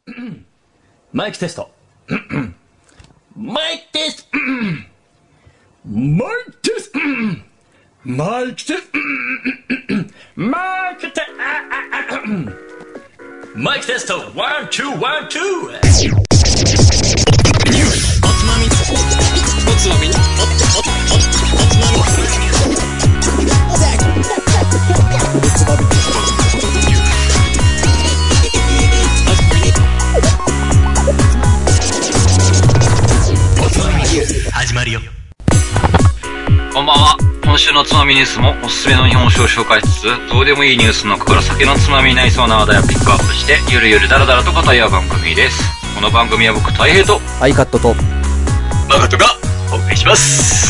マイクテスト。マイクテスト。マイクテスト。マイクテスト。マイクテスト。マイクテスト。ワン、ツー、ワン、ツー。おつまみ。おつまみ。始まるよ。 こんばんは。今週のつまみニュースもおすすめの日本酒を紹介しつつ、どうでもいいニュースの中から酒のつまみになりそうな話題をピックアップして、ゆるゆるだらだらと語り合う番組です。この番組は僕、大平と、 はい、カットと、 マガトがお送りします。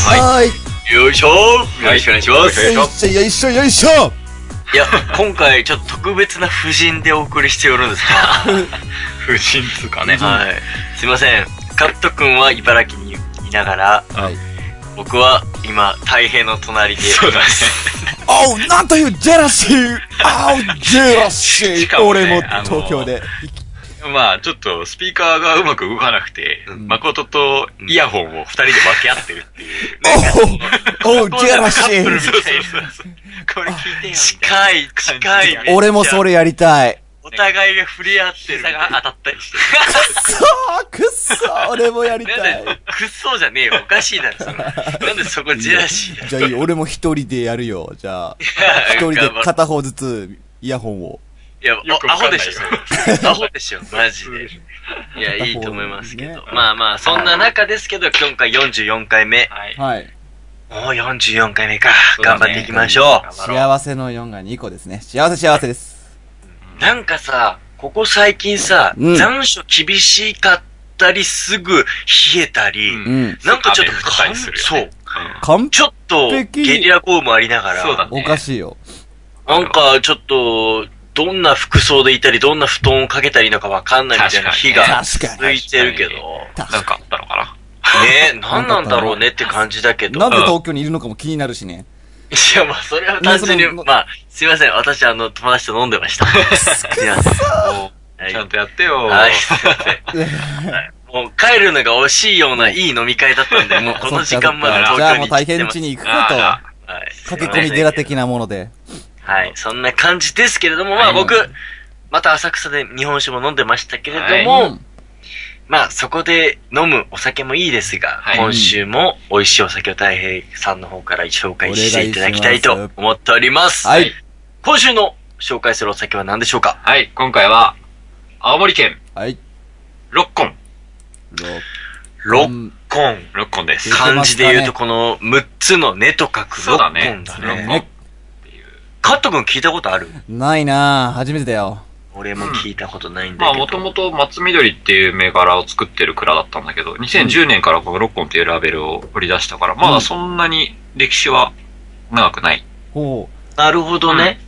はい。 よいしょー。よろしくお願いします。 よいしょ、よいしょ。 いや、今回ちょっと特別な布陣でお送りしておるんですが。 不審つうかね。 はい。すいません。カット君は茨城にいながら、 はい。 僕は今、太平の隣で。 そうだね。 おう、なんというジェラシー。おう、ジェラシー。俺も東京で。 まあ、ちょっとスピーカーがうまく動かなくて、誠とイヤホンを二人で分け合ってるっていう。 おう、ジェラシー。 これ聞いてよ。近い。 俺もそれやりたい。 お互いが触れ合ってる。が当たったりして。 くっそー、俺もやりたい。 くっそじゃねえよ。おかしいだろ、それ。なんでそこジェラシーだ。 じゃあいい、俺も一人でやるよ。じゃあ、一人で片方ずつイヤホンを。 いや、アホでしょ、それ。アホでしょ、マジで。いや、いいと思いますけど。まあまあ、そんな中ですけど、今回44回目。 はい。 もう44回目か。頑張っていきましょう。 幸せの4が2個ですね。幸せです。 なんかさ、ここ最近さ、残暑厳しかったり、すぐ冷えたり、なんかちょっとそう。ちょっとゲリラ豪雨もありながら、 そうだね。 おかしいよ。 なんかちょっと、どんな服装でいたり、どんな布団をかけたりのかわかんないみたいな日が続いてるけど。 なんかあったのかな。 ねえ、なんなんだろうねって感じだけど。 なんで東京にいるのかも気になるしね。 いや、まあ、それは単純に、まあ、すいません。私、友達と飲んでました。すいません。 ちゃんとやってよ。 はい、すいません。もう、帰るのが惜しいようないい飲み会だったんで、もうこの時間まで東京に来てます。 じゃあもう大変地に行くかと。はい。駆け込み寺的なもので。 はい、そんな感じですけれども、まあ僕、また浅草で日本酒も飲んでましたけれども、まあそこで飲むお酒もいいですが、今週も美味しいお酒を大平さんの方から紹介していただきたいと思っております。 はい。 今週の紹介するお酒は何でしょうか？ はい、今回は、青森県、 はい。 六根。 六根です。漢字で言うとこの6つの根と書く六根だね。カット君聞いたことある？ ないなぁ。初めてだよ。 俺も聞いたことないんだけど。 まあ、もともと松緑っていう銘柄を作ってる蔵だったんだけど、2010年からこの六根っていうラベルを売り出したから、まだそんなに歴史は長くない。 ほう。なるほどね。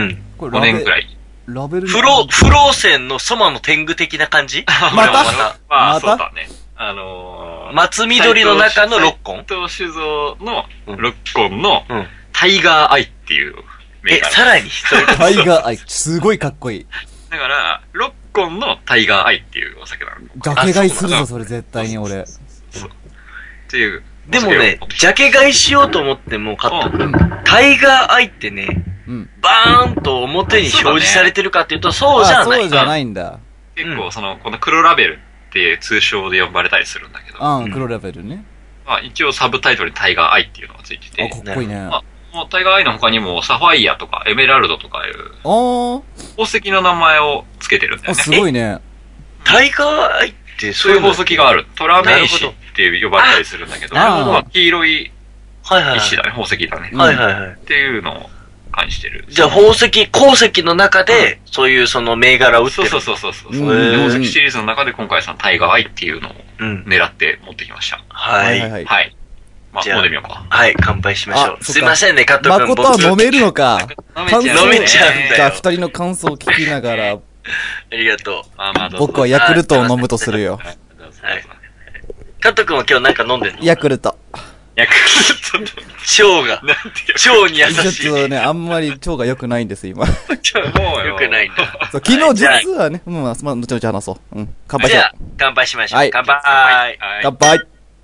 5年くらい。 ラベル不老泉のソマの天狗的な感じ？ またまあ、そうだね。 松緑の中の六根？ 斎藤酒造の六根のタイガーアイっていう銘柄。 さらにタイガーアイ。すごいかっこいい。 だから、六根のタイガーアイっていうお酒なの。 ジャケ買いするぞ、それ絶対に俺。 っていう。 でもね、ジャケ買いしようと思っても買った。タイガーアイってね、バーンと表に表示されてるかっていうと、そうじゃない。 そうじゃないんだ。 結構この黒ラベルって通称で呼ばれたりするんだけど。 黒ラベルね。 まあ一応サブタイトルにタイガーアイっていうのがついてて。 かっこいいね。 タイガーアイの他にもサファイアとかエメラルドとかいう宝石の名前をつけてるんだよね。 すごいね。 タイガーアイってそういう宝石がある。トラメイシって呼ばれたりするんだけど、黄色い石だね、宝石だね。っていうのを感じてる。 じゃあ宝石の中で、そういうその銘柄を売ってる。 そう。宝石シリーズの中で今回タイガーアイっていうのを狙って持ってきました。 はい。 まあ、飲んでみようか。 はい、乾杯しましょう。すいませんね、カット君。 誠は飲めるのか。 飲めちゃうんだよ。 じゃあ、二人の感想を聞きながら。 ありがとう。僕はヤクルトを飲むとするよ。 はい。カット君は今日なんか飲んでんの？ ヤクルト。 ヤクルトと、腸が、腸に優しい。 ちょっとね、あんまり腸が良くないんです、今。 もう良くないんだ。 そう昨日実はね、まあ、後々話そう。うん。乾杯しよじゃあ、乾杯しましょう。 はい乾杯。 はい。 乾杯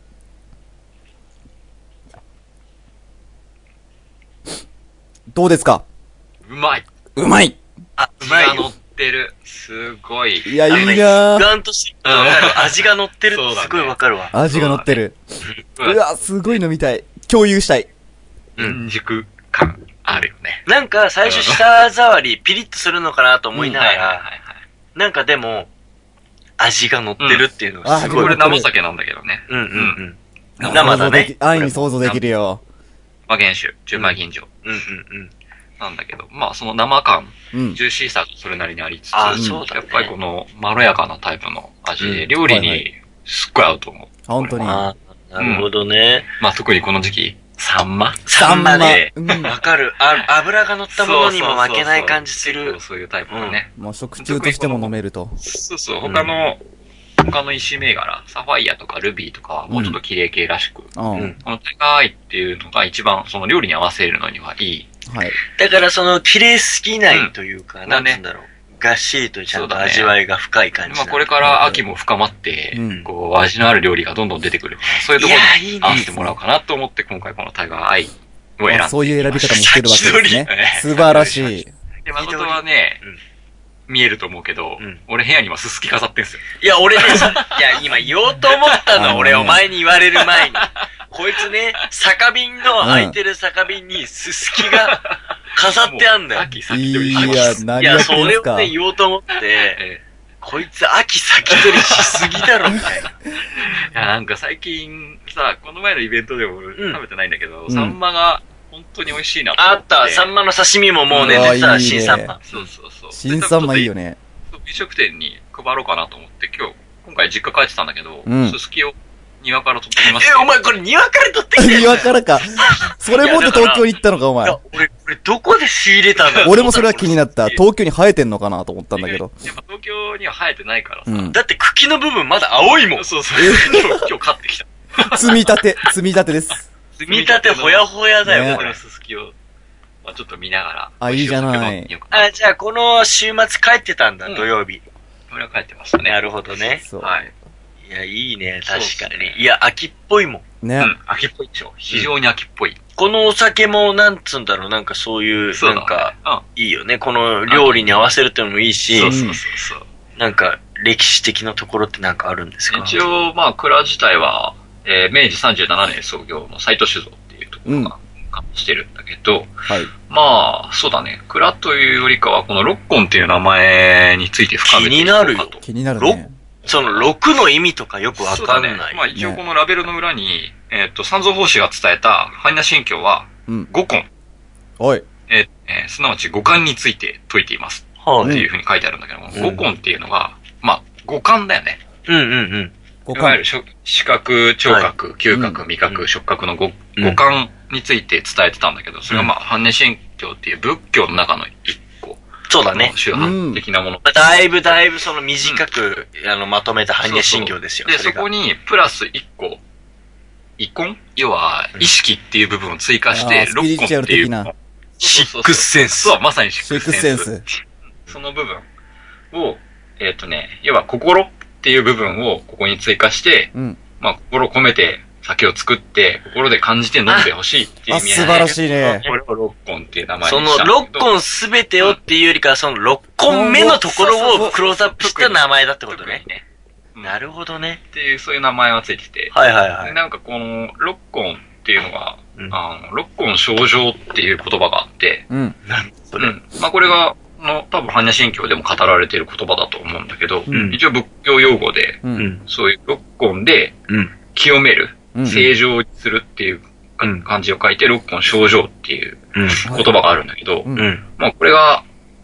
どうですか？ うまい。 うまいあ、うまいよ。 味が乗ってる。すごい。 いや、いいな不ぁ。 安としてわかる。味が乗ってるそうだねってすごいわかるわ。 味が乗ってる。 うんうわ、すごい飲みたい。共有したい。 新宿感あるよね。 なんか最初舌触りピリッとするのかなと思いながら、 はいはいはい。 なんかでも、味が乗ってるっていうのうんがすごい。 これ生酒なんだけどね。 うんうんうん。生だね。 安易に想像できるよ。 まあ原酒、純米吟醸うんうんうん。 なんだけど、まあその生感、 うん。 ジューシーさがそれなりにありつつ、 あそうだねやっぱりこのまろやかなタイプの味で、 うん料理にはいはいすっごい合うと思う。 本当に。 ああ、なるほどね。 まあ特にこの時期、サンマサンマで。 うん。 わかる。油が乗ったものにも負けない感じする。 そういうタイプのね。 もう食中としても飲めると。 そうそう、他の石銘柄、サファイアとかルビーとかはもうちょっと綺麗系らしく、 うん。 このタイガーアイっていうのが一番その料理に合わせるのにはいい。 はい。 だからその綺麗すぎないというか、 んなんつうんだろう。がっしりとちゃんと味わいが深い感じまあこれから秋も深まって、 うんこう味のある料理がどんどん出てくるから、そういうところいやいいねに合わせてもらおうかなと思って今回このタイガーアイを選んだ。 そういう選び方もしてるわけですね先取り。 素晴らしい。 で、誠はね、見えると思うけど、 うん俺部屋に今すすき飾ってんすよ。 いや、俺ね、いや、今言おうと思ったの、俺、 あのねお前に言われる前に。こいつね、酒瓶の、空いてる酒瓶にすすきが飾ってあんだよ。 秋先取りいしや、何やいや、 ってんすか。 それをね、言おうと思って、 えこいつ秋先取りしすぎだろ、みたいな。 いや、なんか最近さ、この前のイベントでも食べてないんだけど、 うんサンマが本当に美味しいなと思っ。 あってた、サンマの刺身ももうね、 うわ出てた、 いいね新サンマ。 そうそうそう。 新さんもいいよね。 飲食店に配ろうかなと思って、今回実家帰ってたんだけど、 うんすすきを庭から取ってきました。 お前これ庭から取ってきてんの庭からか。それ持って東京に行ったのか、お前いや。俺どこで仕入れたんだろう俺もそれは気になった。東京に生えてんのかなと思ったんだけど。 やっぱ東京には生えてないからさ。 うん。 だって茎の部分まだ青いもん。 そうそう。今日買ってきた。 積み立てです。 積み立てほやほやだよ、 ねこれこれ。すすきを、まあ、ちょっと見ながら。 あいいじゃないあ、じゃあこの週末帰ってたんだ、 うん土曜日。 俺は帰ってましたね。 なるほどね。 そう。 はい。 いや、いいね、 そう確かそうねに。いや、秋っぽいもん。 ね。 うん、秋っぽいでしょ。非常に秋っぽい。 このお酒も、なんつうんだろう、なんかそういう、 そうだねなんか、 うん。 いいよね。この料理に合わせるってのもいいしそ、うそうそうそう。 なんか、歴史的なところってなんかあるんですか？ 一応、まあ、蔵自体は、明治37年創業の斎藤酒造っていうところが、してるんだけど、 はい。 まあ、そうだね。蔵というよりかは、このロッコンっていう名前について深めていこうかと。 気になるよ気になるね。 その6の意味とかよくわそうだねかんない。。 まあ一応このラベルの裏に、三蔵法師が伝えた般若心経は、 うん。 五根、 おい。 すなわち五感について説いています。 はい。 っていうふうに書いてあるんだけども、 うん五根っていうのが、まあ、五感だよね。 うんうんうん。 五感。 いわゆる視覚、聴覚、嗅覚、 うん味覚、触覚の五うん感について伝えてたんだけど、それがまあ、般若心経っていう仏教の中の一個そうだねの。宗派的なもの。 だいぶその短く、まとめた般若心経ですよ。 で、 れがそこに、プラス一個、遺根要は、意識っていう部分を追加して、 あースピリチュアル的なシックスセンス。 そう、まさにシシックックスセンス。 スセンス。 その部分を、要は心っていう部分をここに追加して、 うん。 まあ、心を込めて酒を作って、心で感じて飲んでほしいっていうあ、 意味素晴らしいね。 これを六根っていう名前そのにしたんだけど。 6根すべてをっていうよりかは、その6根目のところをクローズアップした名前だってことね。 ね。 なるほどね。 っていう、そういう名前がついてて。 はいはいはい。 でなんかこの、六根っていうのが、 うん六根清浄っていう言葉があって、 うん。 それ。 まあこれが、多分般若心経でも語られている言葉だと思うんだけど、 うん一応仏教用語で、 う。 うんん。 そういう六根でうん。 清める、 うん。 正常にするっていううん漢字を書いて、六根清浄っていううん。 言葉があるんだけど、 うんうん。 まあこれが、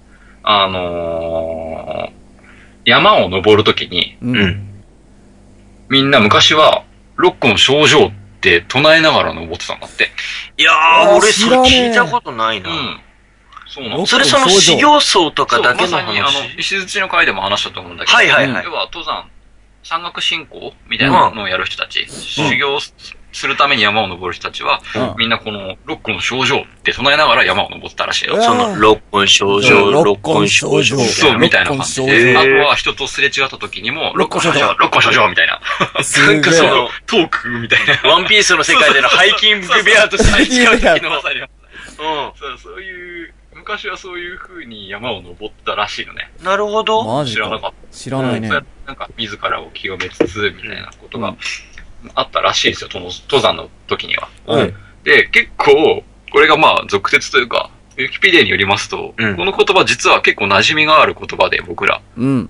山を登るときに、 う。 うんん。 みんな昔は、六根清浄って唱えながら登ってたんだって。 いやあー、俺それ知らねえ聞いたことないな。 うん。そうなんだ。 それその修行僧とかだけのそうまさに話。 石槌の回でも話したと思うんだけど、 はいはいはい要は登山、山岳信仰みたいなのをやる人たち、修行っするために山を登る人たちは、みんなこの六根症状って唱えながら山を登ってたらしいよ。 その六根症状、六根症状。 そう、みたいな感じで。あとは人とすれ違った時にも、六根症状、六根症状みたいな。なんかその、トークみたいな。 ワンピースの世界でのハイキングベアとすれ違う時の。 そういう、昔はそういう風に山を登ったらしいのね。 なるほど。 マジ知らなかった。 知らないね。 なんか、自らを清めつつ、みたいなことがあったらしいですよ、登山の時には。で、結構、これがまあ、俗説というか、ウィキペディアによりますと、この言葉実は結構馴染みがある言葉で、僕ら。この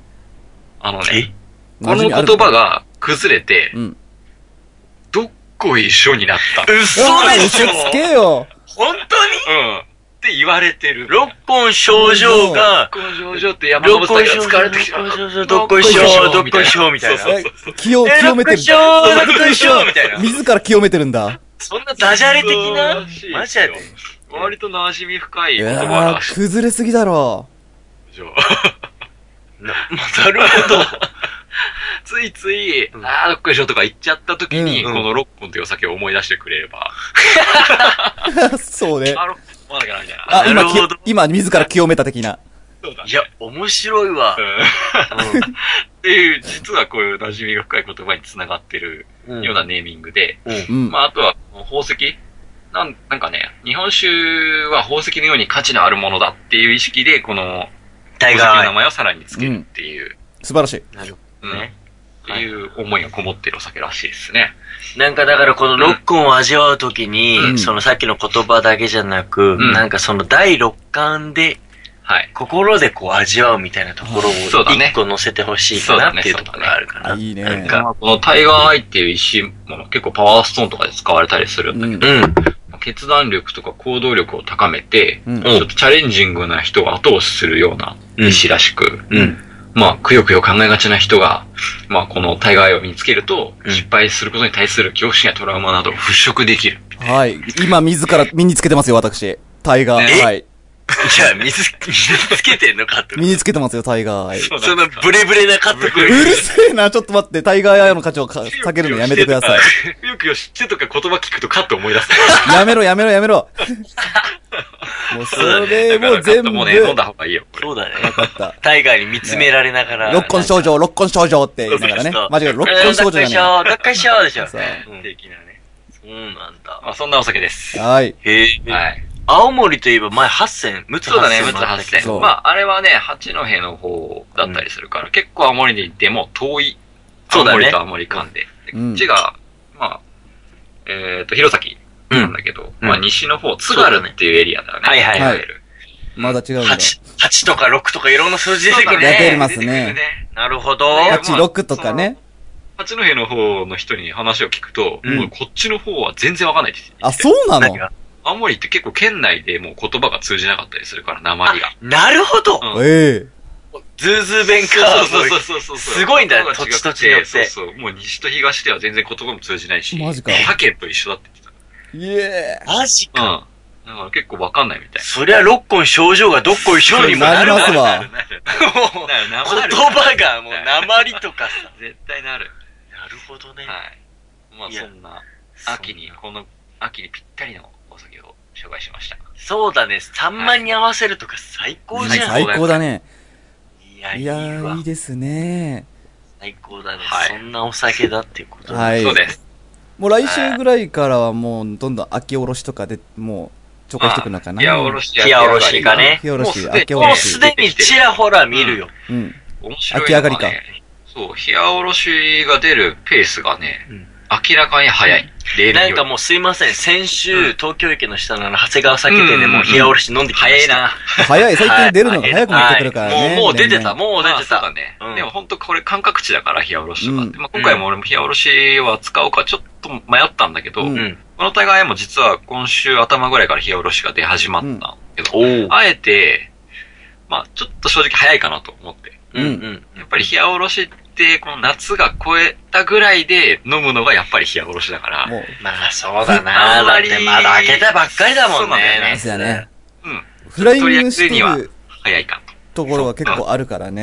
言葉が崩れて、どっこいしょになった。 嘘でしょつけよ。 本当にって言われてる。 六根症状が、 六根症状って山本さんが使われてきた。 どっこいしょ、どっこいしょ、みたいな。 清めてる。 どっこいしょ、みたいな。 自ら清めてるんだ。 そんなダジャレ的なマジやで。 割と馴染み深い言葉らしい。 崩れすぎだろ。 なるほど。 ついつい、どっこいしょとか言っちゃった時に、この六根というお酒を思い出してくれれば。 そうね。 まだかなみたいな。 今自ら清めた的な。 いや、面白いわ。 っていう、実はこういう馴染みが深い言葉に繋がってるようなネーミングで、まああとは宝石なんかね、日本酒は宝石のように価値のあるものだっていう意識で、この宝石の名前をさらにつけるっていう。 素晴らしい。 なるほどね。 っていう思いがこもってるお酒らしいですね。 なんかだからこの六根を味わうときに、そのさっきの言葉だけじゃなく、なんかその第六感で、心でこう味わうみたいなところを一個乗せてほしいかなっていうところがあるかな。 いいね。 なんかこのタイガーアイっていう石も結構パワーストーンとかで使われたりするんだけど、決断力とか行動力を高めて、ちょっとチャレンジングな人を後押しするような石らしく、まあ、くよくよ考えがちな人が、まあ、このタイガーアイを身につけると、失敗することに対する恐怖心やトラウマなどを払拭できる。 はい。今、自ら身につけてますよ、私。タイガーアイ。 じゃあ、身につけてんのかって。 身につけてますよ、タイガーアイ。 そのブレブレなカットくる。 うるせえな、ちょっと待って、タイガーアイの価値を避けるのやめてください。 よくよしてとか言葉聞くとカット思い出す。 やめろ。もうそれも全部。 もうね、飲んだ方がいいよ。 そうだね。 わかった。 タイガーに見つめられながら。 六根症状って言いながらね。間違える。六根症状じゃねえ。 どっかいしょでしょ。 そう。 的なね。そうなんだ。 まあ、そんなお酒です。 はい。 へえ。はい。青森といえば前8選、6つ8選。 そうだね、6つ8選。まあ、あれはね、八戸の方だったりするから、結構青森に行っても遠い。青森と青森間で。こっちが、まあ、弘前なんだけど、まあ西の方、津軽っていうエリアだね。 はい。 まだ違うんだ。 8とか6とかいろんな数字出てくるね。出てますね。 なるほど。 8、6とかね。 八戸の方の人に話を聞くと、こっちの方は全然わかんないです。 あ、そうなの？ 青森って結構県内でもう言葉が通じなかったりするから、訛りが。 なるほど。 ええ。 ズーズー弁か。 そう。 すごいんだよ、土地土地によって。 そう。もう西と東では全然言葉も通じないし。 マジか。 他県と一緒だって言ってた。 イエー。 マジか。 だから結構わかんないみたい。 そりゃ六根症状がどっこいしょにもなるますわ。 言葉がもう訛りとかさ。 絶対なる。 なるほどね。 はい。まあそんな、この秋にぴったりのお酒を紹介しました。 そうだね。サンマに合わせるとか最高じゃん。 最高だね。 いや、 いいですね。 最高だね。そんなお酒だっていうことだ。 はい。 そうです。 もう来週ぐらいからはもうどんどん秋おろしとかでもう紹介してくるのかな。 冷やおろしがね。 冷やおろし、 秋おろし。もうすでにちらほら見るよ。 面白い。 秋上がりか。 そう、冷やおろしが出るペースがね、明らかに早い。 なんかもうすいません。先週、東京駅の下の長谷川酒店でも冷やおろし飲んできました。 早いな。 早い、最近出るのが早くなってくるからね。 もう出てた。 だね。でも本当これ感覚値だから冷やおろしとかって。今回も俺も冷やおろしは使おうかちょっと迷ったんだけど、このタイガーアイも実は今週頭ぐらいから冷やおろしが出始まったんだけど、あえて、まあちょっと正直早いかなと思って。やっぱり冷やおろしってこの夏が超えたぐらいで飲むのがやっぱり冷やおろしだから。 まあそうだな。だってまだ開けたばっかりだもんね。 そうだね。フライングしてる早いかところは結構あるからね。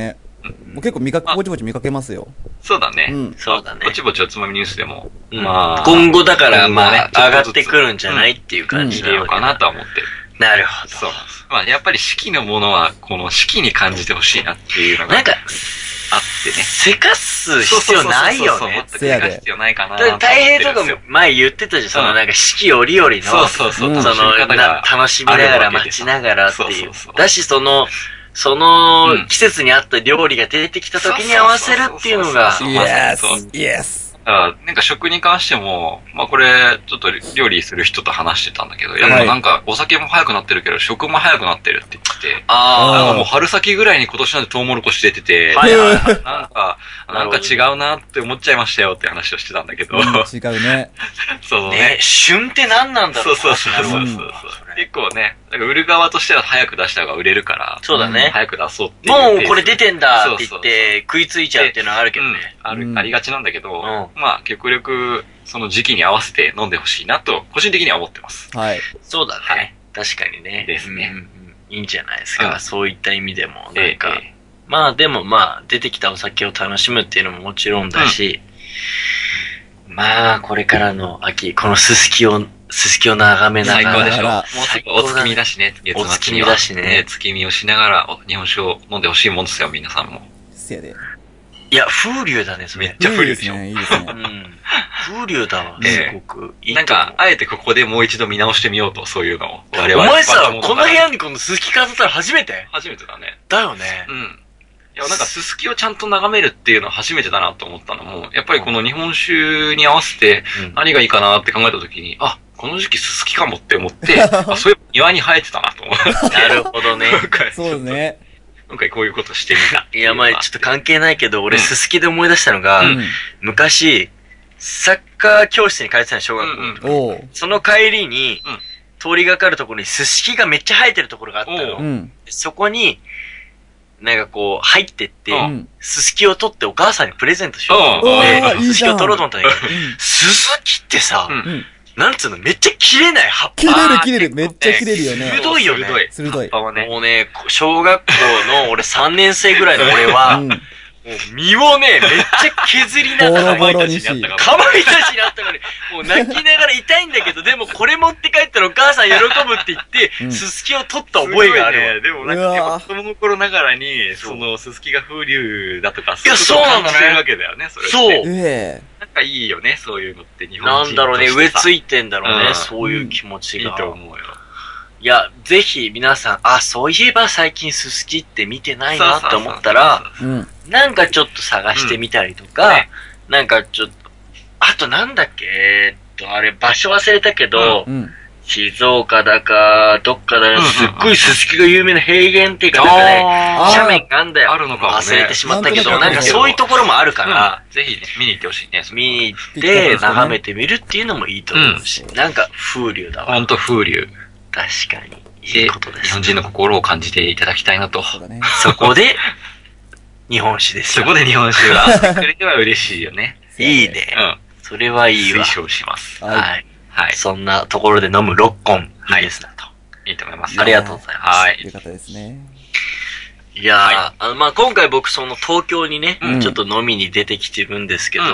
結構ぼちぼち見かけますよ。 そうだね。 そうだね。 ぼちぼちおつまみニュースでも。 まあ。今後だから、まあ、上がってくるんじゃないっていう感じ入れようかなとは思ってる。 なるほど。 そう。まあ、やっぱり四季のものは、この四季に感じてほしいなっていうのが。なんか、あってね。 せかす必要ないよね。 せかす必要ないかな。 太平とかも前言ってたじゃん。そのなんか四季折々の。 そう。 その、楽しみながら待ちながらっていう。だし、その季節に合った料理が出てきた時に合わせるっていうのが。 イエス。 なんか食に関しても、まあこれ、ちょっと料理する人と話してたんだけど、やっぱなんかお酒も早くなってるけど、食も早くなってるって言って、なんかもう春先ぐらいに今年なんでトウモロコシ出てて、なんか違うなって思っちゃいましたよって話をしてたんだけど。違うね。 そうね。 旬って何なんだろう。 そう。結構ね、売る側としては早く出した方が売れるから、 そうだね。 早く出そうっていう。 もうこれ出てんだって言って食いついちゃうっていうのはあるけどね。 ありがちなんだけど、まあ極力その時期に合わせて飲んでほしいなと個人的には思ってます。 はい。 そうだね。確かにね。 ですね。 いいんじゃないですか。そういった意味でもなんか。まあでもまあ出てきたお酒を楽しむっていうのももちろんだし、まあこれからの秋このすすきを眺めながら。 最高でしょ。もうすぐお月見だしね。 お月見だしね。 月見をしながら日本酒を飲んでほしいもんですよ、皆さんも。 せやで。 いや、風流だね、それ。 めっちゃ風流でしょ。 いいですね。 風流だわ、すごく。 なんか、あえてここでもう一度見直してみようと、そういうのを。 お前さ、この部屋にこのすすき飾ったら初めて？ 初めてだね。 だよね。 いや、なんかすすきをちゃんと眺めるっていうのは初めてだなと思ったのも、やっぱりこの日本酒に合わせて何がいいかなって考えたときに、この時期すすきかもって思って、そういう庭に生えてたなと思って。 なるほどね。 そうね。 今回こういうことしてみた。 いや、まあちょっと関係ないけど、俺すすきで思い出したのが、昔、サッカー教室に通ってたの、小学校。その帰りに、通りがかるところにすすきがめっちゃ生えてるところがあったの。そこに、なんかこう、入ってって、すすきを取ってお母さんにプレゼントしようと思って、すすきを取ろうと思ったんだけど、すすきってさ、なんつうの、めっちゃ切れない葉っぱ。 切れる。めっちゃ切れるよね。 鋭いよね。 鋭い。 もうね、小学校の俺3年生ぐらいの俺は、もう身をね、めっちゃ削りながら、 ボロボロにし。 かまいたちにあったのに、もう泣きながら痛いんだけど、でもこれ持って帰ったらお母さん喜ぶって言って、すすきを取った覚えがあるわ。 でもなんか、やっぱ子供の頃ながらに、そのすすきが風流だとか、 そうなんだね。 してるわけだよね、それ。 そう。 なんかいいよね、そういうのって日本人なんだろうね、植えついてんだろうね、そういう気持ちが。 いいと思うよ。 いや、ぜひ皆さん、そういえば最近すすきって見てないなって思ったら、なんかちょっと探してみたりとか、なんかちょっと、あとなんだっけ、あれ場所忘れたけど、静岡だか、どっかだすっごいすすきが有名な平原っていうか、なんかね、斜面があんだよ。 あるのかもね。 忘れてしまったけど、なんかそういうところもあるから、 ぜひね、見に行ってほしいね。 見に行って、眺めてみるっていうのもいいと思うし、なんか風流だわ。 ほんと風流。 確かに。いいことです。 日本人の心を感じていただきたいなと。 そこで、日本酒ですよ。 そこで日本酒がくれては嬉しいよね。 いいね。それはいいわ。 推奨します。 はい。そんなところで飲む6本、いいですなと。 いいと思います。 ありがとうございます。 はい。よかったですね。 いやー、まあ今回僕その東京にね、ちょっと飲みに出てきてるんですけど、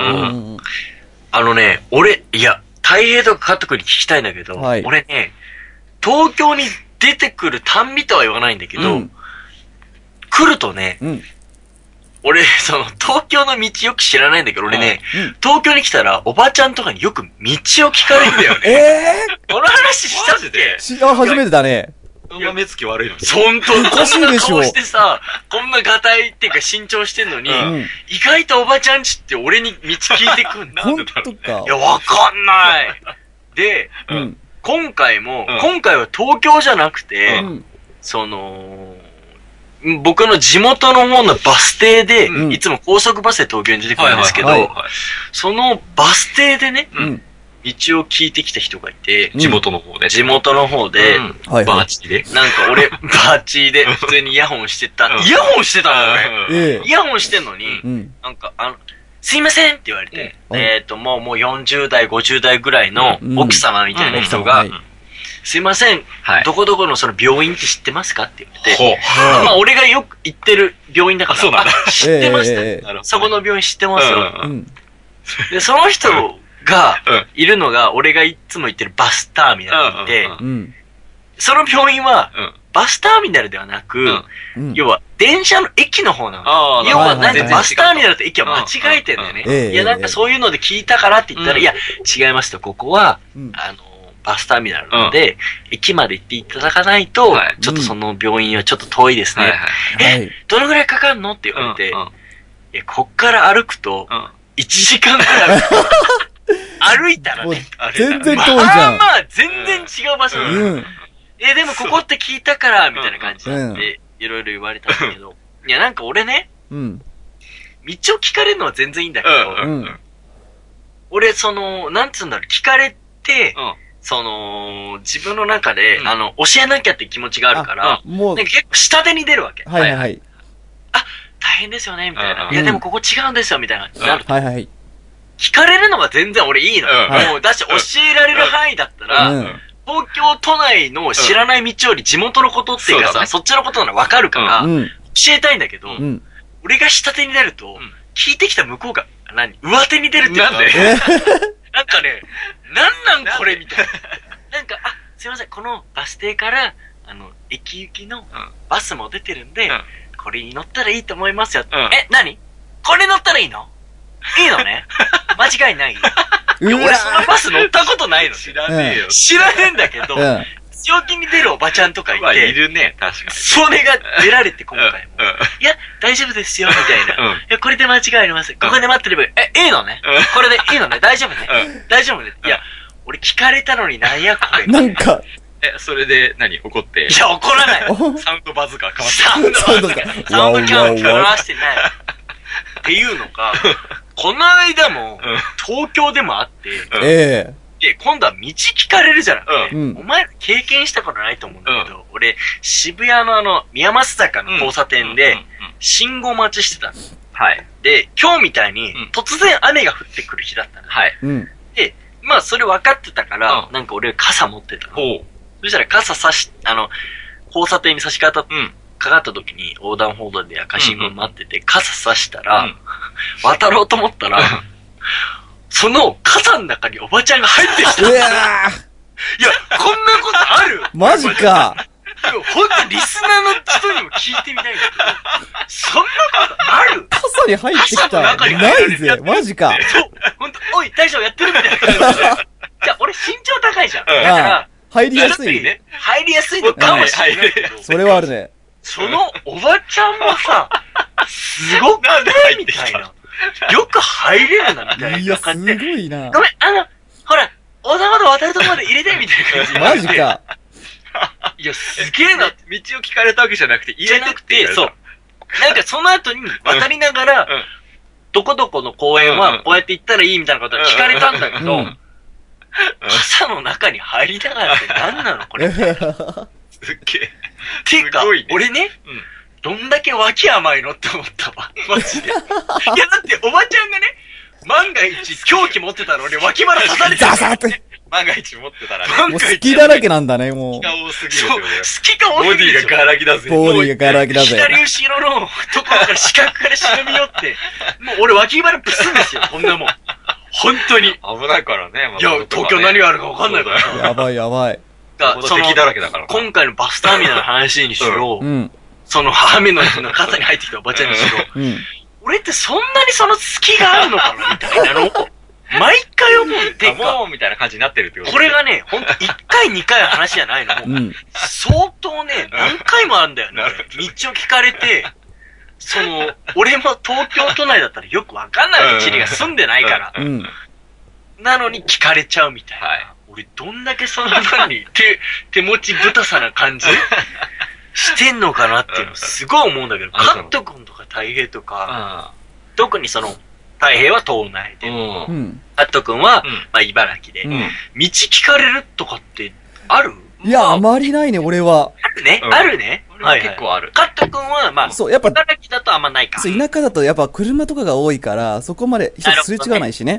俺、いや、太平とかカット君に聞きたいんだけど、俺ね、東京に出てくるたんびとは言わないんだけど、来るとね、俺、東京の道よく知らないんだけど、俺ね、東京に来たら、おばちゃんとかによく道を聞かれるんだよね。この話したっけ？ 初めてだね。 そんな目つき悪いのに。 本当に。 おかしいでしょ。 こんな顔してさ、こんなガタイっていうか身長してんのに、意外とおばちゃんちって俺に道聞いてくんだ。 なんでだろうね。 いや、わかんない。で、今回は東京じゃなくて、僕の地元の方のバス停で、いつも高速バスで東京に出てくるんですけど、そのバス停でね、道を聞いてきた人がいて、 地元の方で。 バーチで。なんか俺、バーチで普通にイヤホンしてた。イヤホンしてたのね。イヤホンしてんのに、なんかすいませんって言われて、もう40代、50代ぐらいの奥様みたいな人が、 すいません、 はいどこどこのその病院って知ってますかって言って、 ほう。 まあ俺がよく行ってる病院だから、 そうなんだ知ってました、 なるほどそこの病院知ってますよ。 うん。 で、その人がうんいるのが、俺がいつも行ってるバスターミナルにいて、 うんうん。 その病院は、 うん。 バスターミナルではなく、 うん。 要は電車の駅の方なの。 ああ、 要はなんかはいはいはいバスターミナルと駅は間違えてんだよね。 うんいやなんかそういうので聞いたからって言ったら、 うんいや、違いますと、ここは、 うんバスターミナルなので、駅まで行っていただかないと、 はいちょっとその病院はちょっと遠いですね。 はいはい。 はい。 どのぐらいかかるのって言われて、 うんいや、こっから歩くと、 うん。 1時間くらい歩いたらもうね、 全然遠いじゃん。 まあまあ、全然違う場所なのうん。 でもここって聞いたから、みたいな感じになって、いろいろ言われたんだけど、いや、なんか俺ね、 うん。 道を聞かれるのは全然いいんだけど、 うん。 俺、なんつうんだろう、聞かれて、 うん。 自分の中で、 うん教えなきゃって気持ちがあるから、 もうなんか、結構下手に出るわけ。 はいはいはい。 大変ですよね、みたいな。 うんいや、でもここ違うんですよ、みたいな。なるとはいはい。 聞かれるのが全然俺いいの。 うんもう、だし、教えられる範囲だったら、 うん。 東京都内の知らない道より地元のことっていうかさ、 そうだねそっちのことならわかるから、 うん。 教えたいんだけど、 うん。 俺が下手に出ると、 ん聞いてきた向こうが、上手に出るっていうかなんでなんかね、なんこれみたいな。なんか、すいません、このバス停から、駅行きのバスも出てるんで、 うんこれに乗ったらいいと思いますよ。 うん何これ乗ったらいいのいいのね間違いない。 うわ俺そのバス乗ったことないの。 知らねえよ。 知らねえんだけど、 うん。 強気に出るおばちゃんとかいまあ、いて、 るね、確かそれが出られて今に。 回も。いや、大丈夫ですよ、みたいな。 うんいや、これで間違いありません。ここで待ってればいい。いいのねうんこれでいいのね大丈夫ねう大丈夫ねいや、俺聞かれたのになんやこれ。 なんか、 それで怒って、 いや、怒らない。 おサウンドバズかかまサウンドそうだか。 サウンドキャンプ回してない。っていうのが、この間も、東京でもあって、 えで、今度は道聞かれるじゃなくて、 うんお前ら経験したことないと思うんだけど、俺、渋谷の宮益坂の交差点で、信号待ちしてたの。 はい。 で、今日みたいにうん、 突然雨が降ってくる日だったの。 はい。 え。うん。 で、まあそれ分かってたから、 うんなんか俺傘持ってたの。 ほう。 そしたら傘差し、交差点に差し掛かうん。 かかった時に横断歩道で赤信号待ってて、傘差したら、 うん渡ろうと思ったら、その傘の中におばちゃんが入ってきた。 うわいや、こんなことあるーマジか。 ほんとリスナーの人にも聞いてみたいんだけど、そんなことある傘に入ってきた。 傘の中に入ないれるやぜ。マジか。 そう、ほんと、おい、大将やってるみたいな感じで。いや、俺身長高いじゃん。だから、 入りやすい。 ね。 入りやすいのかもしれないけど、 それはあるね。 そのおばちゃんもさ、すごくないみたいな。よく入れるな、みたいいや、すな感じで。 ごいな。 ごめん、ほら、横断歩道渡るとこまで入れて、みたいな感じで。 マジか。 いや、すげえな。 道を聞かれたわけじゃなくて、入れてってそう。なんかその後に渡りながら、 うんどこどこの公園はこうやって行ったらいいみたいなことは聞かれたんだけど、 うん傘の中に入りながらって何なのこれ。ってすっげえ。 いうか、 すごいね俺ね、どんだけ脇甘いのって思ったわ。マジで。いや、だっておばちゃんがね、万が一凶器持ってたら俺脇腹刺されてる。 ザサって。 万が一持ってたらね。 もう好きだらけなんだね、も気が多すぎるそう、 よね。 好きか多ボディすぎるでしょがガラキだぜ。 う。ボディがガラ空きだぜ。 左後ろのところから視覚から忍び寄って、もう俺脇腹プスんですよ、こんなもん。本当に。い危ないからね。 や、東京何があるか分かんないから。 やばいやばい。 その敵だらけだから。 今回のバスターミナルの話にしろう、ん。 その雨の日の傘に入ってきたおばちゃんにしろ、 うん。 俺ってそんなにその隙があるのかなみたいなのを、毎回思うっていうか、 もうみたいな感じになってるってことこれがね、ほんと1回2回の話じゃないの。もううん。 相当ね、何回もあるんだよね。道を聞かれて、俺も東京都内だったらよくわかんないわけ、地理が住んでないから。 うん。 なのに聞かれちゃうみたいな。 はい俺どんだけその何、手持ちぶたさな感じしてんのかなっていうのすごい思うんだけど、カット君とか太平とか、特に太平は島内で、 うん。 カット君は、まあ茨城で、 うん。 道聞かれるとかってある？ いや、あまりないね、俺は。 あるね、 うんあるね。 結構ある。 カット君は、まあ、 そう、やっぱ、 茨城だとあんまないか。 そう、田舎だとやっぱ車とかが多いから、そこまで人すれ違わないしね。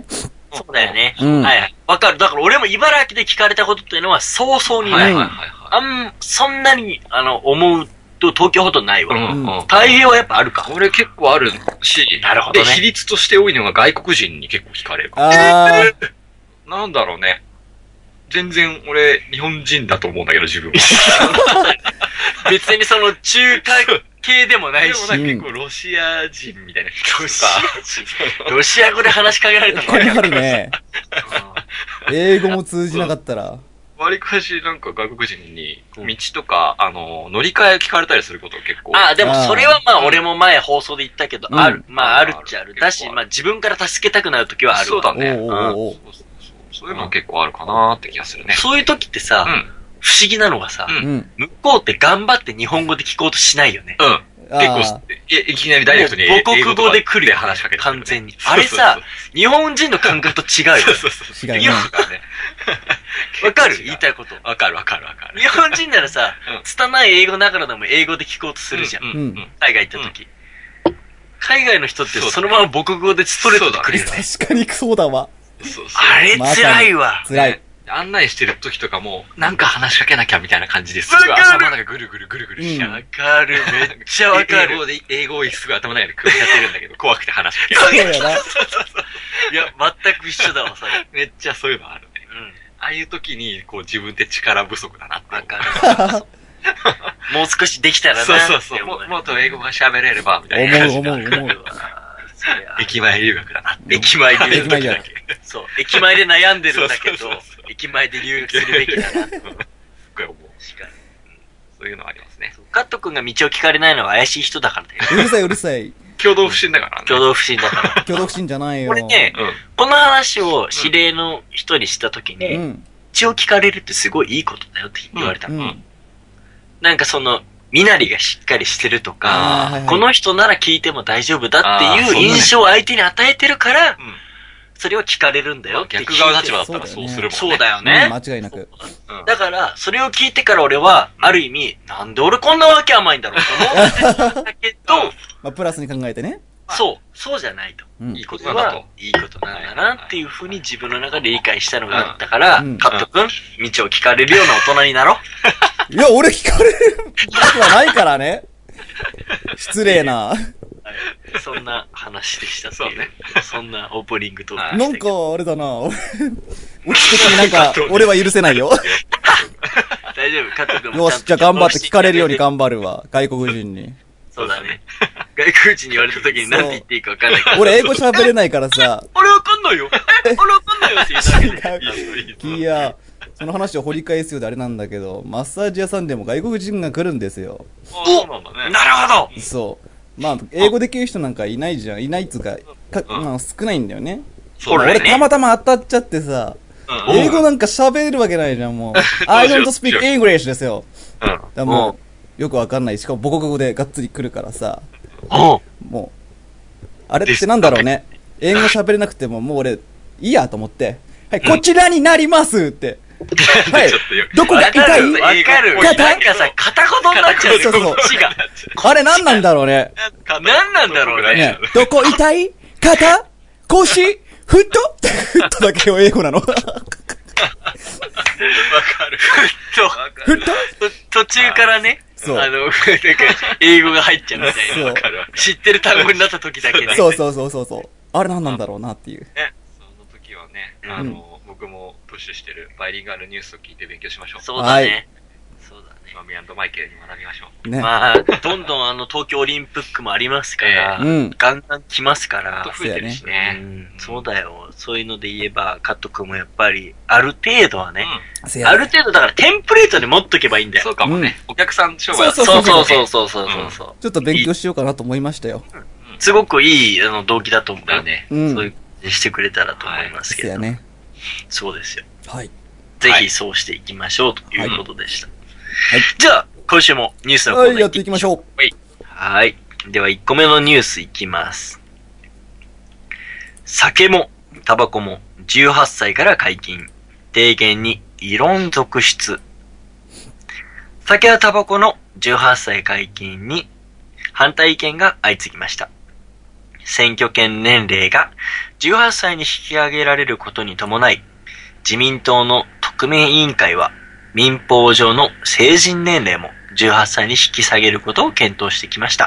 そうだよね。 うんはいはい。わかる。だから俺も茨城で聞かれたことっていうのは早々にない。そんなに、思うと東京ほどないわ。太平洋はやっぱあるか。 俺結構あるし、 なるほどね。 で、比率として多いのが外国人に結構聞かれるから。なんだろうね。全然俺、日本人だと思うんだけど、自分は。 別にその中華系でもないし。 でも結構ロシア人みたいな人ロシア人ロシア語で話しかけられたのこれあるね。英語も通じなかったら。 割りかしなんか外国人に道とか、乗り換え聞かれたりすること結構。 でもそれはまあ俺も前放送で言ったけど、ある。まああるっちゃある。だし、まあ自分から助けたくなるときはある。 そうだね。そういうの結構あるかなーって気がするね。 そういうときってさ、不思議なのがさ、向こうって頑張って日本語で聞こうとしないよね。 結構、いきなりダイレクトに母国語で来るよ、 話しかけて。 完全に。あれさ、日本人の感覚と違うよ。 違うね。 わかる言いたいこと。 わかる。 日本人ならさ、拙い英語ながらでも英語で聞こうとするじゃん。海外行った時。海外の人ってそのまま母国語でストレートで来るよね。 確かにそうだわ。 あれ辛いわ。 辛い。 案内してる時とかも、なんか話しかけなきゃみたいな感じです。すぐ頭の中ぐるぐるしちゃう。 わかる。めっちゃわかる。 英語をすぐ頭の中で組み立てるんだけど、怖くて話しかけそうやな。 いや、全く一緒だわ、それ。 めっちゃそういうのあるね。ああいう時に、こう自分って力不足だなって。 わかる。もう少しできたらな。 そう。もっと英語が喋れれば、みたいな感じ。思う。駅前留学だな。 駅前留学だけ。そう。駅前で悩んでるんだけど、駅前で留学するべきだな。すっごい思う。そういうのありますね。 カット君が道を聞かれないのは怪しい人だからだよ。 うるさい。 共同不審だからね。 共同不審だから。 共同不審じゃないよ。 俺ね、この話を指令の人にしたときに、道を聞かれるってすごいいいことだよって言われたの。なんかその、身なりがしっかりしてるとか、この人なら聞いても大丈夫だっていう印象を相手に与えてるから、それを聞かれるんだよって。 逆側立場だったらそうするもんね。 そうだよね。 間違いなく。 だから、それを聞いてから俺は、ある意味、なんで俺こんなわけ甘いんだろうと思ってたんだけど、 まあ、プラスに考えてね。 そうじゃないと。 いいことだなと。 いいことなんだなっていうふうに自分の中で理解したのがあったから、カット君、道を聞かれるような大人になろう。 いや、俺聞かれることはないからね。失礼な。 そんな話でしたっていう。そんなオープニングトーク。 なんか、あれだな。俺的になんか、俺は許せないよ。 大丈夫、カット君も。 よし、じゃあ頑張って聞かれるように頑張るわ。外国人に。 そうだね。外国人に言われた時に何て言っていいか分かんないから。 俺英語喋れないからさ。 俺分かんないよ俺分かんないよって言っただけで。 いや、その話を掘り返すようであれなんだけど、マッサージ屋さんでも外国人が来るんですよ。 そうなんだね。 なるほど。 そう。まあ、英語できる人なんかいないじゃん。いないっつうか、まあ少ないんだよね。俺たまたま当たっちゃってさ、英語なんか喋るわけないじゃん、もう。I don't speak English ですよ。だもう、よくわかんない。しかも母国語でがっつり来るからさ。もう、あれってなんだろうね。英語喋れなくてももう俺、いいやと思って。はい、こちらになりますって。はい。どこが痛い？ わかる。なんかさ、片言になっちゃう。 そう。 こっちが。 あれなんなんだろうね。 なんなんだろうね。 どこ痛い？肩？腰？フット？フットだけを英語なの。 わかる。 フット？ 途中からね。 そう。 なんか、英語が入っちゃうみたいな。わかる。知ってる単語になった時だけね。 そう。あれなんなんだろうなっていう。 ね。その時はね、僕もプッシュしてるバイリンガルニュースを聞いて勉強しましょう。 そうだね。 マミ&マイケルに学びましょう。 ね。 まあ、どんどん東京オリンピックもありますから、ガンガン来ますから。 増えてるしね。 そうだよ。そういうので言えば、カット君もやっぱり、ある程度はね、 ある程度だからテンプレートに持っとけばいいんだよ。 そうかもね。お客さん商売そう。 ちょっと勉強しようかなと思いましたよ。 すごくいい動機だと思うよね。そういうにしてくれたらと思いますけど。そうですよ。 はい。 ぜひそうしていきましょうということでした。じゃあ、今週もニュースのコーナーやっていきましょう。 はい。では1個目のニュースいきます。酒もタバコも18歳から解禁。提言に異論続出。酒やタバコの18歳解禁に反対意見が相次ぎました。 選挙権年齢が18歳に引き上げられることに伴い、自民党の特命委員会は民法上の成人年齢も18歳に引き下げることを検討してきました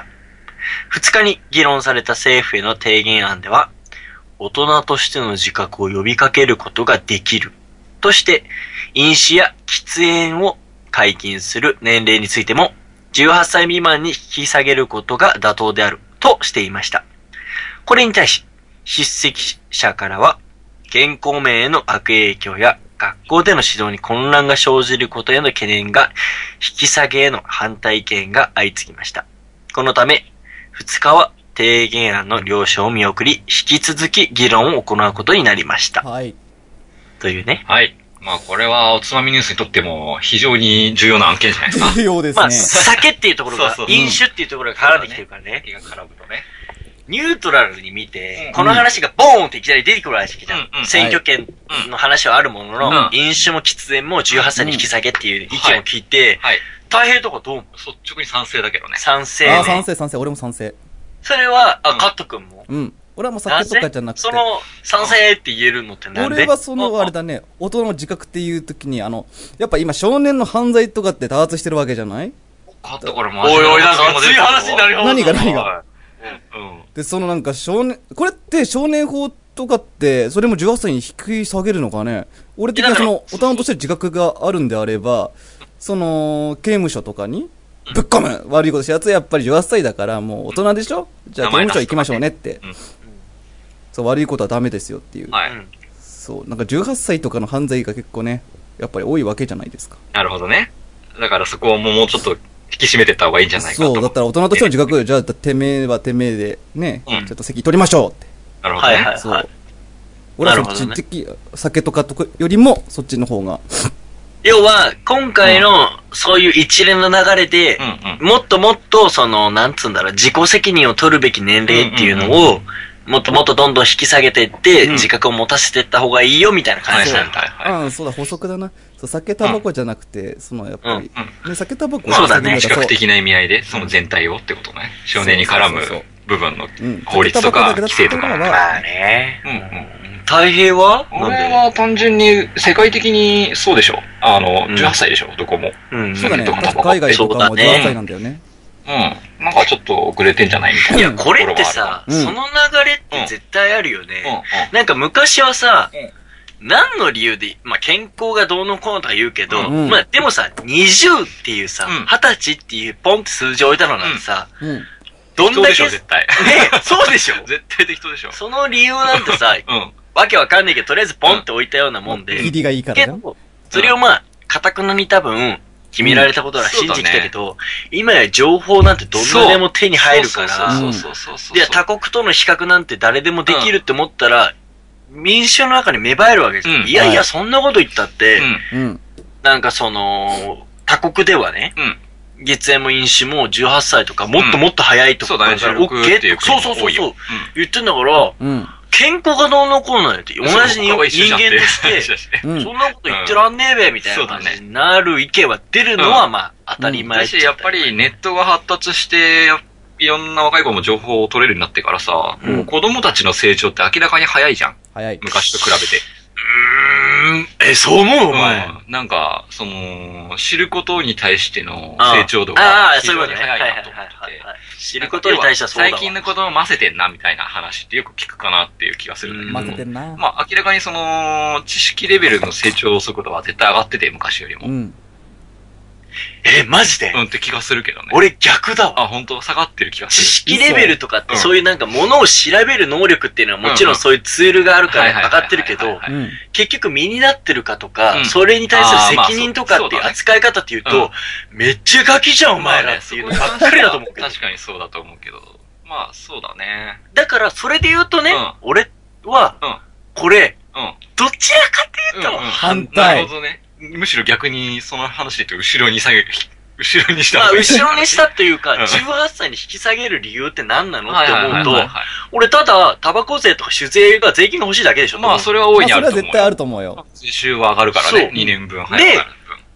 。2日に議論された政府への提言案では、大人としての自覚を呼びかけることができるとして、飲酒や喫煙を解禁する年齢についても、18歳未満に引き下げることが妥当であるとしていました。これに対し、出席者からは、健康面への悪影響や学校での指導に混乱が生じることへの懸念が、引き下げへの反対意見が相次ぎました。このため、2日は提言案の了承を見送り、引き続き議論を行うことになりました。 はい。 というね。 はい。まあこれはおつまみニュースにとっても非常に重要な案件じゃないですか。 重要ですね。 まあ酒っていうところが、飲酒っていうところが絡んできてるからね。 酒が絡むとね。 ニュートラルに見て、この話がボーンっていきなり出てくるわけじゃん。選挙権の話はあるものの、飲酒も喫煙も18歳に引き下げっていう意見を聞いて、大平とかどう思う？ 率直に賛成だけどね。 賛成ね。 あ、賛成。俺も賛成。 それは、カット君も？ うん。俺はもう酒とかじゃなくて。 その、賛成って言えるのってなんで？ 俺はあれだね、大人の自覚っていう時に、やっぱ今少年の犯罪とかって多発してるわけじゃない？ カットからもおい、なんか熱い話になるよ。 何がで、なんかこれって少年法とかって、それも18歳に引き下げるのかね？俺的には大人として自覚があるんであれば、刑務所とかに、ぶっ込む悪いことしたやつはやっぱり18歳だからもう大人でしょ？じゃあ刑務所行きましょうねって。そう、悪いことはダメですよっていう。そう、なんか18歳とかの犯罪が結構ね、やっぱり多いわけじゃないですか。 なるほどね。だからそこをもうちょっと引き締めてった方がいいんじゃないかと。 そう、だったら大人としての自覚、じゃあてめえはてめえでね、ちょっと席取りましょうって。 なるほどね。 そう。俺はそっち的、酒とかよりもそっちの方が。 要は、今回の、そういう一連の流れで、もっともっと、なんつうんだろう、自己責任を取るべき年齢っていうのを、もっともっとどんどん引き下げていって、自覚を持たせていった方がいいよ、みたいな感じなんだ。 うん、そうだ、補足だな。そう、酒タバコじゃなくて、やっぱり、ね、酒タバコそうだね。 視覚的な意味合いで、その全体をってことね。少年に絡む部分の法律とか、規制とか。 まあね。太平は俺は単純に世界的にそうでしょ。18歳でしょ、どこも。 そうだね。海外とかも18歳なんだよね。 なんかちょっと遅れてんじゃないみたいな。 いや、これってさ、その流れって絶対あるよね。なんか昔はさ、何の理由で、まあ健康がどうのこうのとか言うけど、まあでもさ、20っていうさ、20歳っていうポンって数字置いたのなんてさ、 どんだけ。絶対。 ね、そうでしょ。 絶対適当でしょ。 その理由なんてさ、わけわかんないけど、とりあえずポンって置いたようなもんで。 入りがいいからね。 それをまあ、堅くなに多分、決められたことは信じてきたけど、今や情報なんてどんなでも手に入るから、いや、他国との比較なんて誰でもできるって思ったら、民衆の中に芽生えるわけじゃん。いやいや、そんなこと言ったって、なんか他国ではね、喫煙も飲酒も18歳とか、もっともっと早いとか、 から OK っていう国も多いよ。 言ってんだから、健康がどうのこうのって、同じ人間として、そんなこと言ってらんねえべ、みたいな感じになる意見は出るのは、まあ、当たり前だし、やっぱりネットが発達して、いろんな若い子も情報を取れるようになってからさ、子供たちの成長って明らかに早いじゃん。 早い。 昔と比べて。 そう思うお前。 なんか、知ることに対しての成長度が非常に早いなと思ってて。 知ることに対してはそうだわ。 最近の子供混ぜてんなみたいな話ってよく聞くかなっていう気がするんだけど。 混ぜてんな。 まあ明らかに知識レベルの成長速度は絶対上がってて、昔よりも。 マジでって気がするけどね。 俺逆だわ。 あ、本当下がってる気がする。 知識レベルとかってそういうなんか物を調べる能力っていうのはもちろんそういうツールがあるから上がってるけど、結局身になってるかとか、それに対する責任とかっていう扱い方っていうと、めっちゃガキじゃんお前らっていうのばっかりだと思うけど。 確かにそうだと思うけど。まあそうだね。 だからそれで言うとね、俺は、これ、どちらかっていうと、 反対。 なるほどね。むしろ逆にその話で言うと後ろにしたまあ後ろにしたというか、18歳に引き下げる理由って何なのって思うと、俺ただ、タバコ税とか酒税が税金が欲しいだけでしょ。 まあそれは大いにあると思う。 それは絶対あると思うよ。 税収は上がるからね、2年分早くなる分。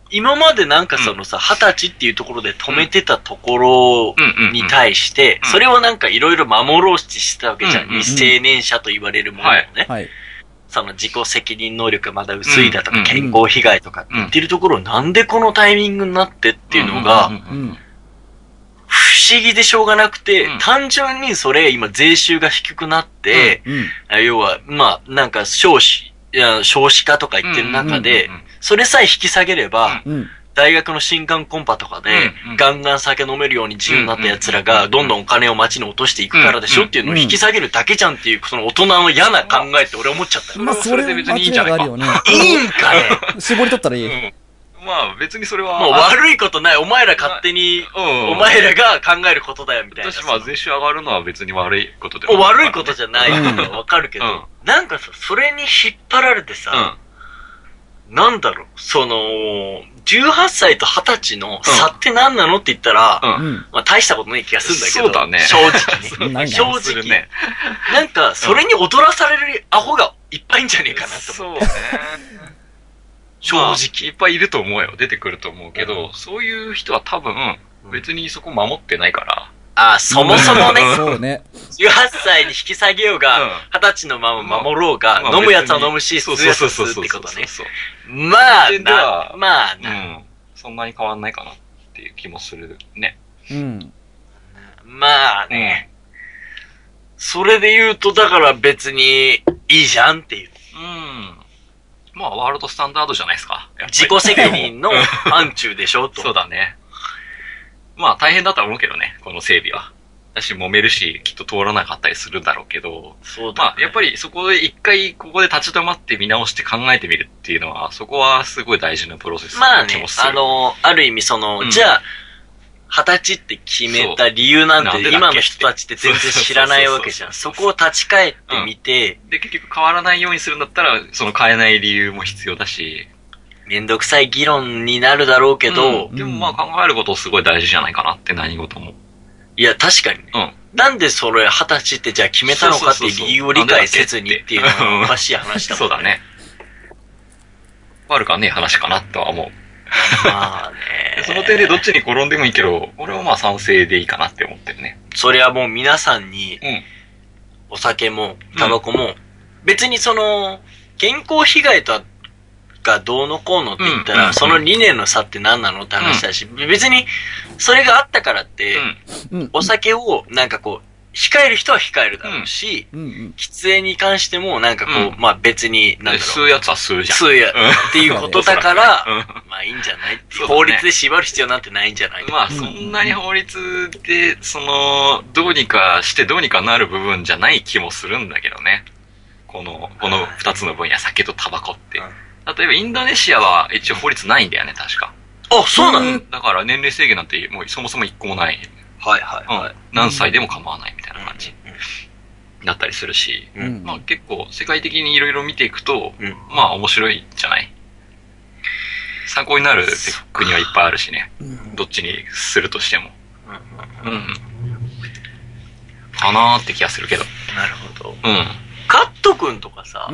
今までなんかそのさ、20歳っていうところで止めてたところに対して、それをなんかいろいろ守ろうとしてたわけじゃん。未成年者と言われるものをね。はい。その自己責任能力がまだ薄いだとか、健康被害とかって言ってるところをなんでこのタイミングになってっていうのが、不思議でしょうがなくて、単純にそれ今税収が低くなって、要は、まあ、なんか少子化とか言ってる中で、それさえ引き下げれば、大学の新刊コンパとかで、ガンガン酒飲めるように自由になった奴らが、どんどんお金を街に落としていくからでしょっていうのを引き下げるだけじゃんっていう、その大人の嫌な考えって俺思っちゃったよ。 まあ、それで別にいいんじゃないか。いいんかね絞り取ったらいい。 まあ別にそれは。 もう悪いことない。お前ら勝手に、お前らが考えることだよみたいな。 私まあ税収上がるのは別に悪いことでも。悪いことじゃないのわかるけど、なんかさ、それに引っ張られてさ、なんだろう、その、18歳と20歳の差って何なのって言ったら、まあ大したことない気がするんだけど、 そうだね、 正直に。正直。 ね、 なんか、それに踊らされるアホがいっぱいいんじゃねえかなと思って。 そうね。 正直、 いっぱいいると思うよ。出てくると思うけど、そういう人は多分、別にそこ守ってないから。 あ、そもそもね。 そうね。 18歳に引き下げようが、20歳のまま守ろうが、飲むやつは飲むし、吸うやつは吸うってことね。まあ、まあ、 そんなに変わんないかなっていう気もするね。 まあね。それで言うと、だから別にいいじゃんっていう。 まあ、ワールドスタンダードじゃないですか。 自己責任の範疇でしょと。 そうだね。まあ、大変だとは思うけどね、この整備は。だし、揉めるし、きっと通らなかったりするんだろうけど、 そうだね、 まあ、やっぱりそこで一回、ここで立ち止まって見直して考えてみるっていうのは、そこはすごい大事なプロセスな気もする。 まあね、ある意味その、じゃあ、20歳って決めた理由なんて今の人たちって全然知らないわけじゃん。そこを立ち返ってみて、 で、結局変わらないようにするんだったら、その変えない理由も必要だし、 めんどくさい議論になるだろうけど、 でもまあ考えることすごい大事じゃないかなって何事も。 いや、確かにね。なんでそれ20歳ってじゃあ決めたのかっていう理由を理解せずにっていうのはおかしい話だもんね。 そうだね。悪かねえ話かなとは思う。 まあね。 その点でどっちに転んでもいいけど、俺はまあ賛成でいいかなって思ってるね。 それはもう皆さんに、お酒もタバコも、別にその、健康被害とはがどうのこうのって言ったら、その理念の差って何なのって話だし、別にそれがあったからって、お酒をなんかこう、控える人は控えるだろうし、喫煙に関してもなんかこう、まあ別に、なんだろう。 吸うやつは吸うじゃん。 吸うやっていうことだから、まあいいんじゃないっていう。法律で縛る必要なんてないんじゃないまあそんなに法律で、その、どうにかしてどうにかなる部分じゃない気もするんだけどね。この二つの分野、酒とタバコって。例えばインドネシアは一応法律ないんだよね、確か。 あ、そうなの？ だから年齢制限なんてもうそもそも一個もない。 はいはい。 何歳でも構わないみたいな感じ。だったりするし、まあ結構世界的にいろいろ見ていくと、まあ面白いんじゃない？参考になる国はいっぱいあるしね。どっちにするとしても。かなーって気がするけど。 なるほど。カット君とかさ、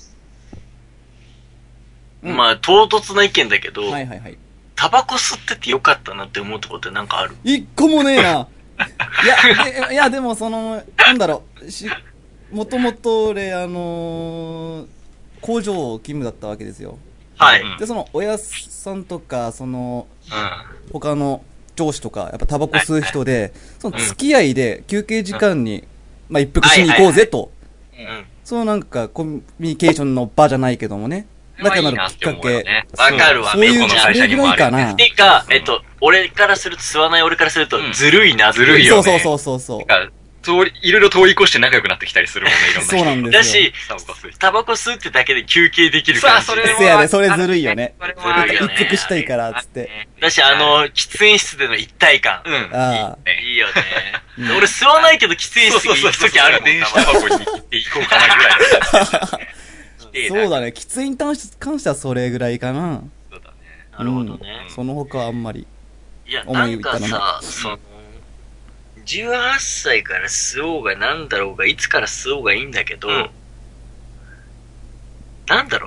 まあ唐突な意見だけど、タバコ吸っててよかったなって思うとこってなんかある？ 一個もねえな。いやでもその、なんだろう、もともと俺工場勤務だったわけですよ。 はい。 でその親さんとかその、他の上司とかやっぱタバコ吸う人で、その付き合いで休憩時間に、まあ一服しに行こうぜと、そのなんかコミュニケーションの場じゃないけどもね。だからなるきっかけ。 わかるわ、 そういう会社にもある。 てか、俺からすると、吸わない俺からすると、ずるいな、 ずるいよね。 そう。 いろいろ通り越して仲良くなってきたりするもんね、いろんな人。 そうなんですよ。 だし、タバコ吸ってだけで休憩できるから。 それずるいよね。一服したいから、つって。 だし、喫煙室での一体感。いいよね。俺吸わないけど喫煙室に行くときあるもん。 電子タバコに行って行こうかなぐらい。 そうだね。喫煙に関してはそれぐらいかな。 そうだね。なるほどね。 その他はあんまり。 いや、なんかさ、18歳から吸おうがなんだろうが、いつから吸おうがいいんだけど、なんだろう。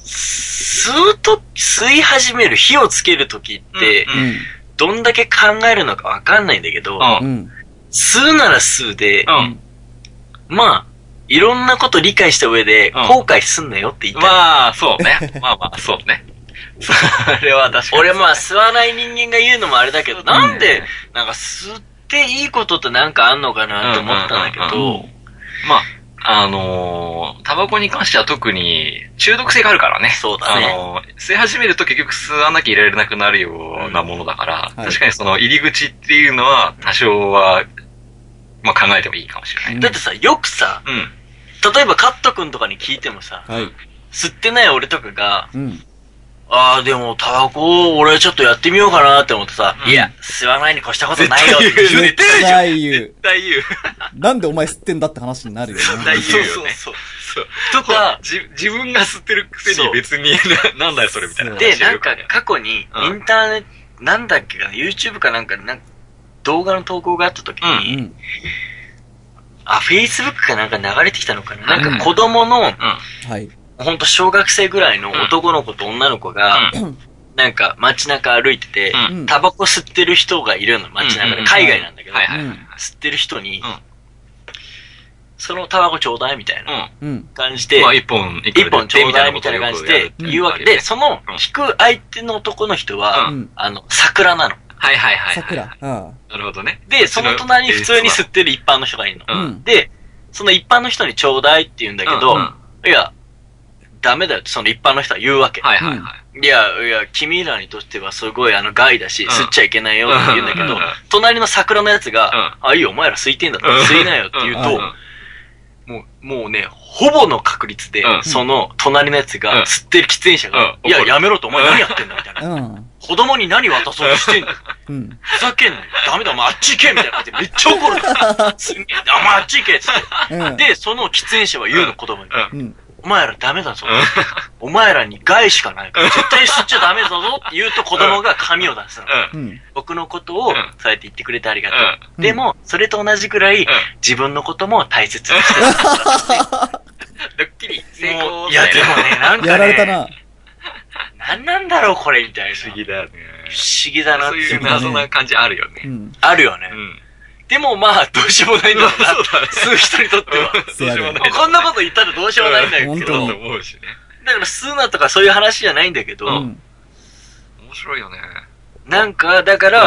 吸い始める火をつけるときって、どんだけ考えるのかわかんないんだけど、吸うなら吸うで、まあ、いろんなこと理解した上で、後悔すんなよって言った。 まあ、そうね。まあまあ、そうね。それは確かに。 俺まあ、吸わない人間が言うのもあれだけど、なんで、なんか吸っていいことってなんかあんのかなって思ったんだけど、 まあ、タバコに関しては特に中毒性があるからね。 そうだね。 吸い始めると結局吸わなきゃいられなくなるようなものだから、確かにその入り口っていうのは多少は、まあ考えてもいいかもしれない。 だってさ、よくさ、例えばカット君とかに聞いてもさ、吸ってない俺とかが、ああ、でもタバコ俺ちょっとやってみようかなって思ってさ、いや、吸わないに越したことないよって言ってるじゃん。 絶対言う。なんでお前吸ってんだって話になるよね。 絶対言うよね。そう。とか、自分が吸ってるくせに別に、なんだよそれみたいな。 で、なんか過去に、インターネット、なんだっけかな、YouTube かなんか、動画の投稿があった時に、Facebook かなんか流れてきたのかな。なんか子供の、ほんと小学生ぐらいの男の子と女の子が、なんか街中歩いてて、タバコ吸ってる人がいるの、街中で。海外なんだけど、吸ってる人に、そのタバコちょうだいみたいな感じで、 一本ちょうだいみたいな感じで言うわけで、その引く相手の男の人は、桜なの。 桜。 なるほどね。 で、その隣に普通に吸ってる一般の人がいるの。で、その一般の人にちょうだいって言うんだけど、いや、ダメだよってその一般の人は言うわけ。いや、君らにとってはすごい害だし、吸っちゃいけないよって言うんだけど、隣の桜のやつが、あ、いいよ、お前ら吸いてんだったら吸いなよって言うと、もうね、ほぼの確率で、その隣のやつが、吸ってる喫煙者が、いや、やめろとお前何やってんだみたいな。子供に何渡そうとしてんだよ。ふざけんなよ。ダメだ、お前あっち行けみたいな感じでめっちゃ怒る。お前あっち行けっつって。で、その喫煙者は言うの子供に。お前らダメだぞ。お前らに害しかないから、絶対吸っちゃダメだぞって言うと子供が紙を出すの。僕のことをそうやって言ってくれてありがとう。でも、それと同じくらい、自分のことも大切にしてる。 ドッキリ成功。 いや、でもね、なんかね。 やられたな。 なんなんだろう、これ、みたいな。 不思議だよね。 不思議だなって。 そういう謎な感じあるよね。 あるよね。でもまあ、どうしようもないんだろうな。吸う人にとっては。 どうしようもない。 こんなこと言ったらどうしようもないんだけど。 思うしね。 だから吸うなとかそういう話じゃないんだけど。面白いよね。 なんか、だから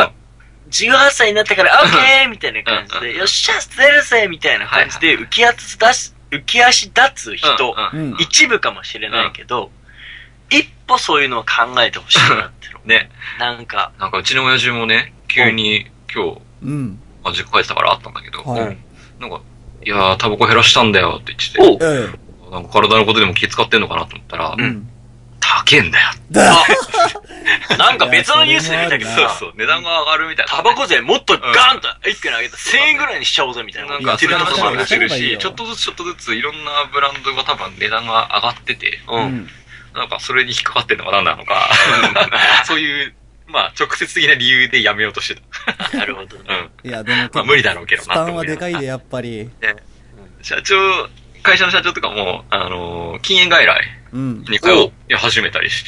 、18歳になってから、オッケーみたいな感じで、よっしゃ、吸えるぜみたいな感じで、浮き足立つ人、一部かもしれないけど、一歩そういうのを考えてほしいなっての。 ね。 なんかうちの親父もね、急に今日、実家帰ってたからあったんだけど、なんか、いやー、タバコ減らしたんだよって言ってて、なんか体のことでも気使ってんのかなと思ったら、高えんだよ。 なんか別のニュースで見たけどさ、 値段が上がるみたいな。 タバコ税もっとガーンと一気に上げた1000円ぐらいにしちゃおうぜみたいな。 なんかそういう話も出てるし、ちょっとずついろんなブランドが多分値段が上がってて、なんかそれに引っかかってんのか何なのか、そういう、まあ直接的な理由でやめようとしてた。 なるほどね。 いや、でも、 まあ無理だろうけどな。 負担はでかいで、やっぱり。 会社の社長とかも、禁煙外来に通い始めたりして、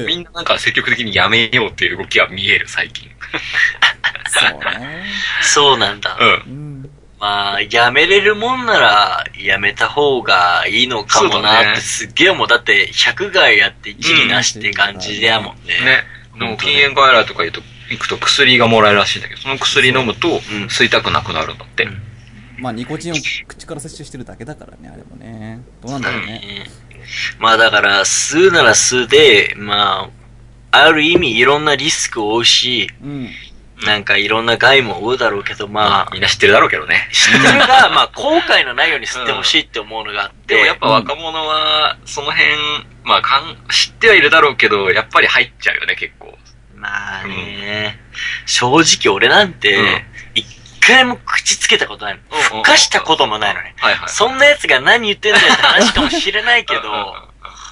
みんななんか積極的にやめようっていう動きが見える、最近。 そうね。 そうなんだ。まあ、やめれるもんなら、やめた方がいいのかもなってすっげえ思う。だって、100害やって一理なしって感じだもんね。 ね。でも禁煙外来とか行くと薬がもらえるらしいんだけど、その薬飲むと吸いたくなくなるんだって。 まあ、ニコチンを口から摂取してるだけだからね、あれもね。どうなんだろうね。 まあだから、吸うなら吸うで、まあ、ある意味いろんなリスクを負うし、なんかいろんな害も負うだろうけど、まあ。 みんな知ってるだろうけどね。 知ってるが、まあ後悔のないように吸ってほしいって思うのがあって。 でもやっぱ若者は、その辺、まあ知ってはいるだろうけど、やっぱり入っちゃうよね、結構。 まあね、正直俺なんて、一回も口つけたことないの。ふかしたこともないのね。そんな奴が何言ってんだよって話かもしれないけど、なんか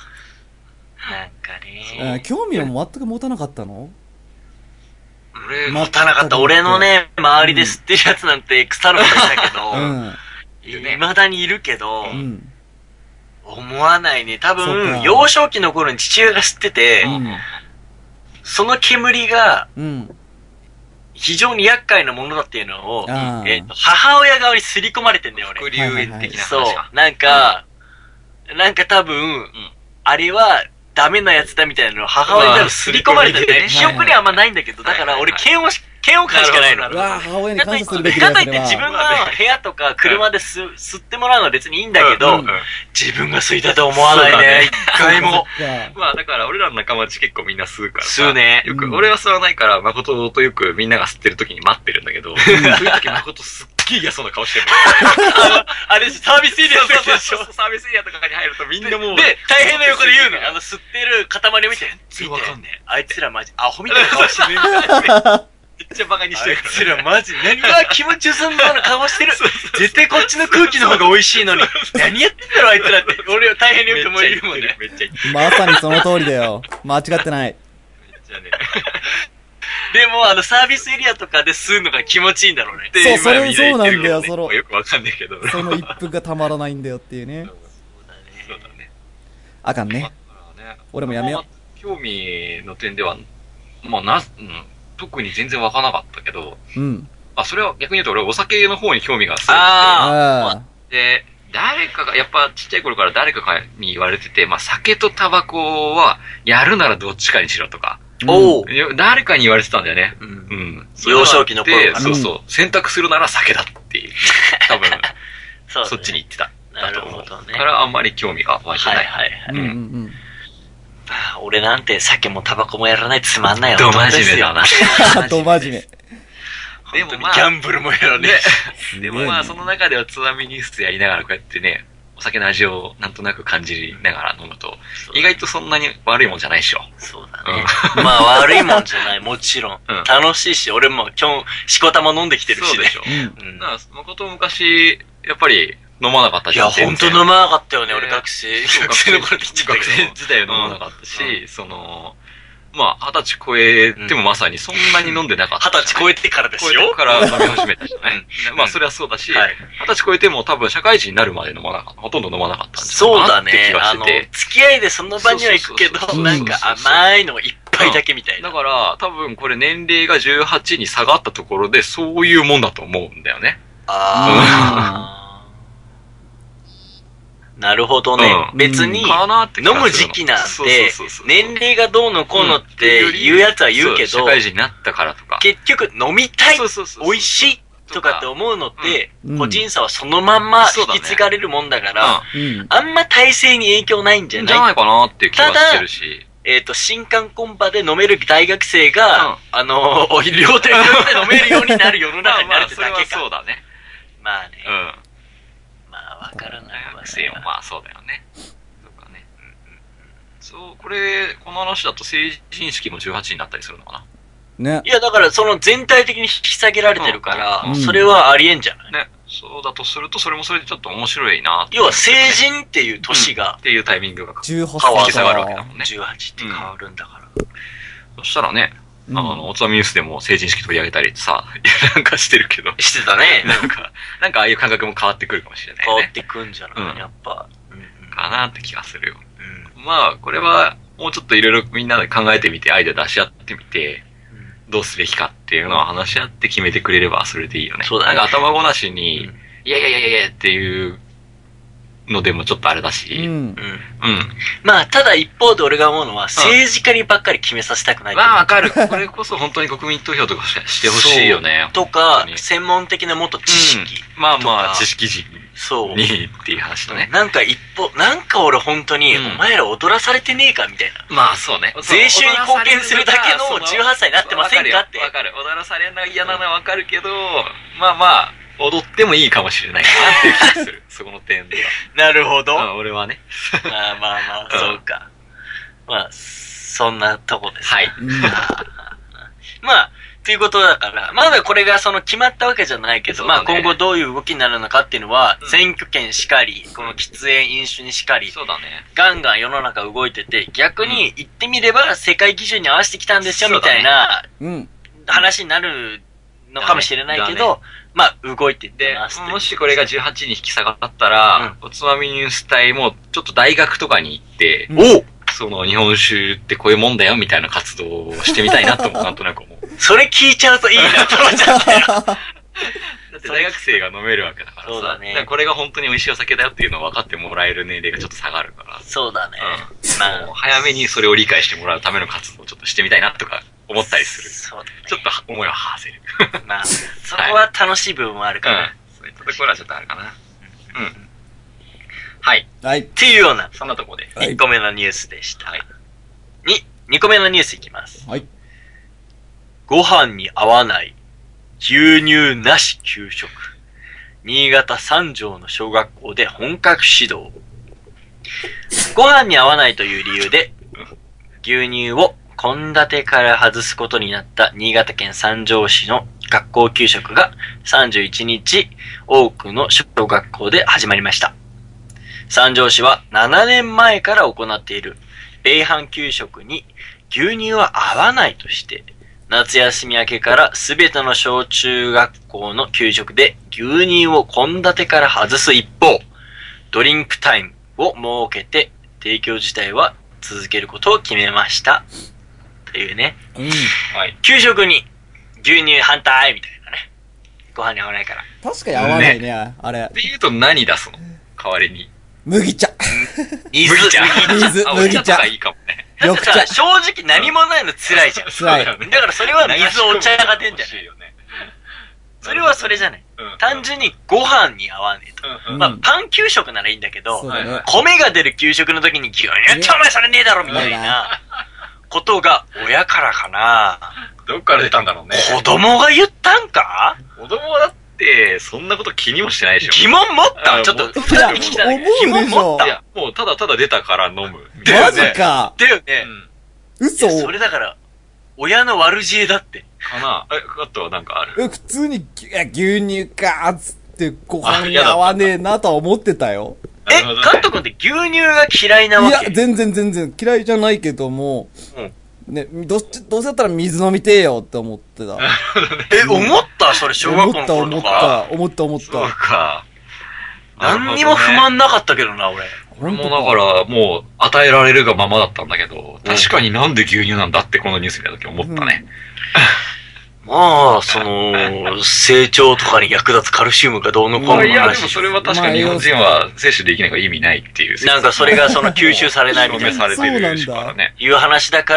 ね。 興味を全く持たなかったの？ 持たなかった。俺のね、周りで吸ってるやつなんて腐るほどいたけど、未だにいるけど、 思わないね。多分、幼少期の頃に父親が吸ってて、その煙が、非常に厄介なものだっていうのを、母親側に刷り込まれてんだよ、俺。 副流炎的な話か。 そう。なんか多分、あれはダメなやつだみたいなのを母親に多分刷り込まれてて、記憶にはあんまないんだけど、だから俺嫌悪感しかないの。 母親に感謝するべきだよ。 かといって自分が部屋とか車で吸ってもらうのは別にいいんだけど、自分が吸いたと思わないね、一回も。 まあだから俺らの仲間内結構みんな吸うから。 吸うね。 よく、俺は吸わないから、誠とよくみんなが吸ってる時に待ってるんだけど、そういう時誠すっげえ嫌そうな顔してるの。 あれサービスエリアの時でしょ。 サービスエリアとかに入るとみんなもう。 で、大変な横で言うの。吸ってる塊を見て。 全然わかんねえ。 あいつらマジ、アホみたいな顔してるみたいな。 めっちゃバカにしてる。 あいつらマジ、何が気持ちよさそうな顔してる。絶対こっちの空気の方が美味しいのに。何やってんだろあいつらって。俺は大変によく思えるもんね。 めっちゃ言ってる。 まさにその通りだよ。間違ってない。 めっちゃね。 でも、サービスエリアとかで吸うのが気持ちいいんだろうね。 そう、そうなんだよ、その。 よくわかんないけど。 その一服がたまらないんだよっていうね。 そうだね。 あかんね。俺もやめよう。興味の点では、まあ、特に全然わからなかったけど、それは逆に言うと俺お酒の方に興味がすごくて、で、誰かが、やっぱちっちゃい頃から誰かに言われてて、まあ酒とタバコはやるならどっちかにしろとか、誰かに言われてたんだよね。 幼少期の頃から。そうそう。選択するなら酒だっていう。多分、そっちに行ってた。 なるほどね。 からあんまり興味が湧いてない。 俺なんて酒もタバコもやらないつまんないよ。 ど真面目だな。 ど真面目。 でもまあ、ギャンブルもやらねえ。でもまあ、その中ではつまみニュースやりながらこうやってね、お酒の味をなんとなく感じながら飲むと、意外とそんなに悪いもんじゃないでしょ。 そうだね。まあ悪いもんじゃない、もちろん。楽しいし、俺も今日、しこたま飲んできてるし。 そうでしょ。だから、誠昔、やっぱり飲まなかったじゃん。 いや、ほんと飲まなかったよね、俺学生の頃って言ってたけど。 学生時代は飲まなかったし、まあ、20歳超えてもまさにそんなに飲んでなかった。 20歳超えてからですよ。 から飲み始めたじゃない。まあ、それはそうだし、20歳超えても多分社会人になるまで飲まなかった。ほとんど飲まなかったんですよ。そうだね。付き合いでその場には行くけど、なんか甘いの一杯だけみたいな。 だから、多分これ年齢が18に下がったところで、そういうもんだと思うんだよね。 なるほどね。別に、飲む時期なんて、年齢がどうのこうのって言うやつは言うけど、 社会人になったからとか。 結局、飲みたい、美味しいとかって思うのって、個人差はそのまんま引き継がれるもんだから、あんま体制に影響ないんじゃない？ じゃないかなっていう気がしてるし。 新歓コンパで飲める大学生が、両手で飲めるようになる世の中になるってだけか。 そうだね。 まあね。まあ、わからない大学生もまあそうだよね。そうかね。そう、この話だと成人式も18になったりするのかな？ね。 いや、だからその全体的に引き下げられてるから、それはありえんじゃない？ ね。そうだとすると、それもそれでちょっと面白いな。 要は成人っていう年が、 っていうタイミングが 18 引き下がるわけだもんね。 18って変わるんだから。 そしたらね、おつまみニュースでも成人式取り上げたりさ、なんかしてるけど。 してたね。 なんかああいう感覚も変わってくるかもしれないね。 変わってくんじゃない？やっぱ。 かなって気がするよ。まあ、これは、もうちょっといろいろみんなで考えてみて、アイデア出し合ってみて、どうすべきかっていうのを話し合って決めてくれればそれでいいよね。 そうだね。 なんか頭ごなしに、いやっていうのでもちょっとあれだし。 まあ、ただ一方で俺が思うのは、政治家にばっかり決めさせたくない。 まあわかる。これこそ本当に国民投票とかしてほしいよね。 とか、専門的な元知識。 まあまあ、知識人にっていう話とね。 なんか俺本当に、お前ら踊らされてねえかみたいな。 まあそうね。 税収に貢献するだけの18歳になってませんかって。 わかる。踊らされない嫌なのはわかるけど、まあ、踊ってもいいかもしれないかなっていう気がする。そこの点では。 なるほど。 俺はね。 まあ、そうか。まあ、そんなとこです。 はい。 まあ、ということだから、まだこれが決まったわけじゃないけど、まあ今後どういう動きになるのかっていうのは、選挙権しかり、この喫煙飲酒にしかり、 そうだね。 ガンガン世の中動いてて、逆に言ってみれば世界基準に合わせてきたんですよみたいな話になるのかもしれないけど、まあ、動いてってます。 もしこれが18に引き下がったら、おつまみニュース隊もちょっと大学とかに行って、その日本酒ってこういうもんだよみたいな活動をしてみたいなと思う、なんとなく思う。 それ聞いちゃうといいなと思っちゃったよ。だって大学生が飲めるわけだからさ。そうだね。だからこれが本当に美味しいお酒だよっていうのを分かってもらえる年齢がちょっと下がるから。 そうだね。 まあ、早めにそれを理解してもらうための活動をちょっとしてみたいなとか思ったりする。そうだね。ちょっと思いを馳せる。 まあ、そこは楽しい部分もあるから。 そういったところはちょっとあるかな。はい。 はい。 っていうような、 そんなとこで。 1個目のニュースでした。はい。2個目のニュースいきます。 はい。 ご飯に合わない牛乳なし給食。新潟三条の小学校で本格指導。ご飯に合わないという理由で、牛乳を献立から外すことになった新潟県三条市の学校給食が31日、多くの小学校で始まりました。三条市は7年前から行っている米飯給食に牛乳は合わないとして、夏休み明けからすべての小中学校の給食で牛乳を献立から外す一方、ドリンクタイムを設けて提供自体は続けることを決めました。というね。はい。給食に牛乳反対みたいなね。ご飯に合わないから。 確かに合わないね、あれ。 って言うと何出すの？代わりに。 麦茶。 水。 麦茶。 いいかもね。 だってさ、正直何もないの辛いじゃん。 辛い。 だからそれは水お茶が出んじゃないよね。それはそれじゃない。単純にご飯に合わねえと。まあ、パン給食ならいいんだけど、米が出る給食の時に牛乳ってお前それねえだろみたいなことが親からかな。 どっから出たんだろうね。 子供が言ったんか？ 子供だって、そんなこと気にもしてないでしょ。 疑問持ったちょっと、聞きたい。疑問持った？ いや、もうただただ出たから飲む。 マジか。 だよね。 嘘。 それだから、親の悪知恵だって。 かな。あとはなんかある？ 普通に、牛乳かーっつってご飯に合わねえなとは思ってたよ。 カント君って牛乳が嫌いなわけ？ いや、全然嫌いじゃないけども、ね、どうせだったら水飲みてえよって思ってた。 思ったそれ小学校の頃とか。 思った。 そうか。 何にも不満なかったけどな、俺。 俺もだから、もう、与えられるがままだったんだけど、確かになんで牛乳なんだってこのニュース見たとき思ったね。 まあ、成長とかに役立つカルシウムがどうのこうの話。 いや、でもそれは確かに日本人は摂取できないから意味ないっていう。 なんかそれが吸収されないみたいな。 証明されてるしからね。 いう話だから、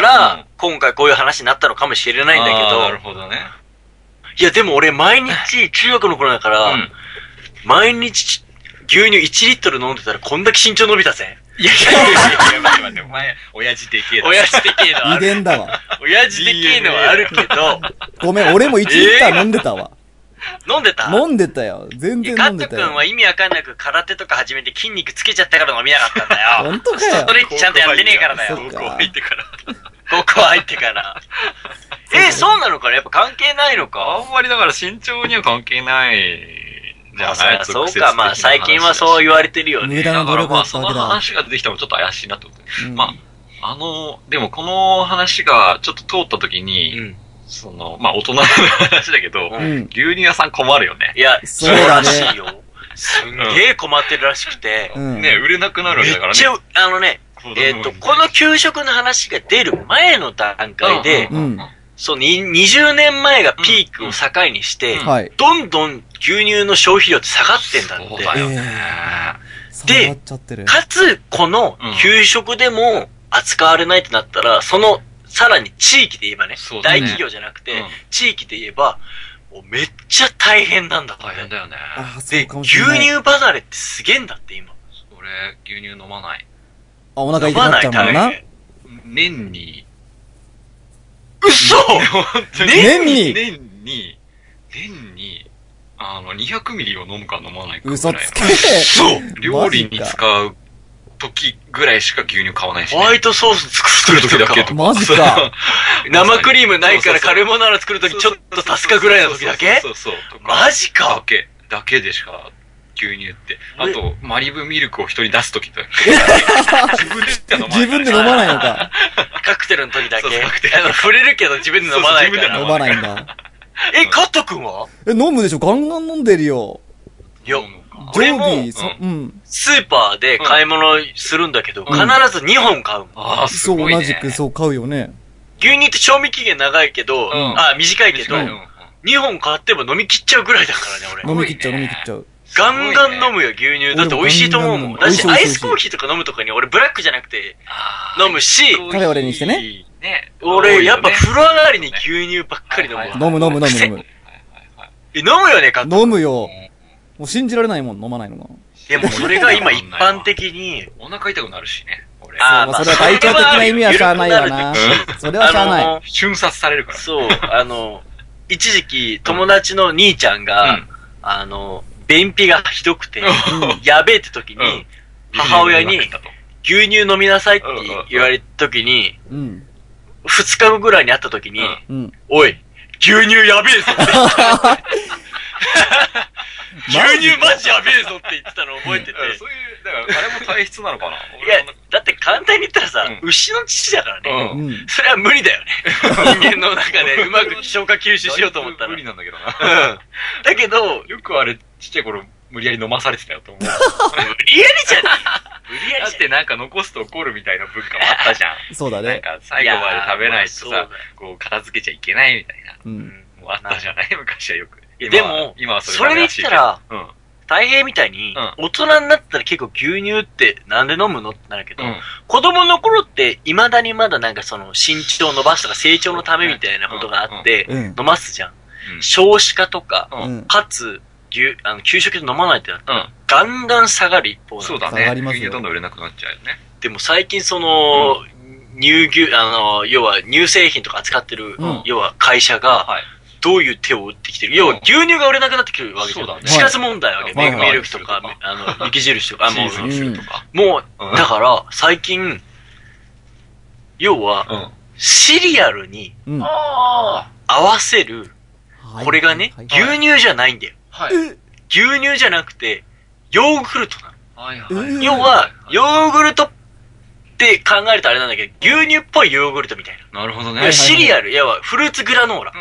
今回こういう話になったのかもしれないんだけど。 なるほどね。 いや、でも俺毎日、中学の頃だから、毎日牛乳1リットル飲んでたらこんだけ身長伸びたぜ。 いや、待って、お前、親父でけえだろ。 親父でけえのある。 遺伝だわ。 親父でけえのはあるけど。 ごめん、俺も1リッター飲んでたわ。 飲んでたよ。全然飲んでたよ。 カット君は意味わかんなく空手とか始めて筋肉つけちゃったから飲みなかったんだよ。 本当かよ。 ストレッチちゃんとやってねえからだよ。 高校入ってから。 高校入ってから。そうなのかな？やっぱ関係ないのか？ あんまりだから身長には関係ない。じゃあ、 そうか、まあ最近はそう言われてるよね。 無駄な努力だったわけだ。 その話が出てきたのもちょっと怪しいなと思って。まあ、でもこの話がちょっと通った時に、まあ大人の話だけど、牛乳屋さん困るよね。 いや、そうらしいよ。すんげえ困ってるらしくて。 ね、売れなくなるんだからね。 この給食の話が出る前の段階で、20年前がピークを境にして、どんどん牛乳の消費量って下がってんだって。 そうだよね。 で、かつ、この給食でも扱われないってなったら、さらに地域で言えばね、大企業じゃなくて、地域で言えば、めっちゃ大変なんだって。 大変だよね。 で、牛乳離れってすげえんだって、今。 俺、牛乳飲まない。 お腹痛くなっちゃうもんな。 年に、 嘘年に 200ミリを飲むか飲まないかぐらい。 嘘つけ。 そう料理に使う時ぐらいしか牛乳買わないし、ね。 ホワイトソース作る時だけとか。 マジか。 生クリームないからカルボナーラ作る時ちょっと足すかぐらいの時だけ？ そう。 マジか。 だけでしか牛乳って。あと、マリブミルクを人に出す時だけ。 自分で飲まないのか。 カクテルの時だけ。触れるけど自分で飲まないから。 飲まないんだ。 カット君は飲むでしょ、ガンガン飲んでるよ。 いや、 俺も、 スーパーで買い物するんだけど、必ず2本買う。 そう、同じくそう買うよね。 牛乳って賞味期限長いけど、短いけど、2本買っても飲み切っちゃうぐらいだからね、俺。 飲み切っちゃう。 ガンガン飲むよ、牛乳。だって美味しいと思うもん。だし、アイスコーヒーとか飲むとかに俺ブラックじゃなくて飲むし、 カフェオレにしてね。 俺、やっぱ風呂上がりに牛乳ばっかり飲むわ。 飲む。 飲むよね、カット。 飲むよ。もう信じられないもん、飲まないのが。 でもそれが今一般的に。 お腹痛くなるしね、俺。 それは体調的な意味はしゃあないわな。それはしゃあない。 瞬殺されるから。 そう、一時期友達の兄ちゃんが、便秘がひどくて、やべえって時に、母親に、牛乳飲みなさいって言われた時に、2日後ぐらいに会った時に、おい、牛乳やべえぞって言った。牛乳マジやべえぞって言ってたの覚えてて。 そういう、だからあれも体質なのかな。いや、だって簡単に言ったらさ、牛の乳だからね。それは無理だよね。人間の中でうまく消化吸収しようと思ったら。 無理なんだけどな。 だけど、 よくあれ、ちっちゃい頃、無理やり飲まされてたよと思う。無理やりじゃない無理やりだってなんか残すと怒るみたいな文化もあったじゃん。 そうだね。 なんか最後まで食べないとさ、こう片付けちゃいけないみたいな。もうあったじゃない昔はよく。 でも、それで言ったら、大平みたいに、大人になったら結構牛乳ってなんで飲むのってなるけど、子供の頃って未だにまだなんかその身長を伸ばすとか成長のためみたいなことがあって、飲ますじゃん。少子化とか、かつ、給食で飲まないってなったら、ガンガン下がる一方なんだ。 そうだね。牛乳どんどん売れなくなっちゃうよね。 でも最近その、乳牛、要は乳製品とか扱ってる、要は会社が、どういう手を打ってきてる。要は牛乳が売れなくなってくるわけじゃん。死活問題わけ。ミルクとか、雪印とか、もう、だから、最近、要は、シリアルに、合わせる、これがね、牛乳じゃないんだよ。牛乳じゃなくて、ヨーグルトなの。要は、ヨーグルトって考えるとあれなんだけど、牛乳っぽいヨーグルトみたいな。なるほどね。 シリアル、要はフルーツグラノーラ。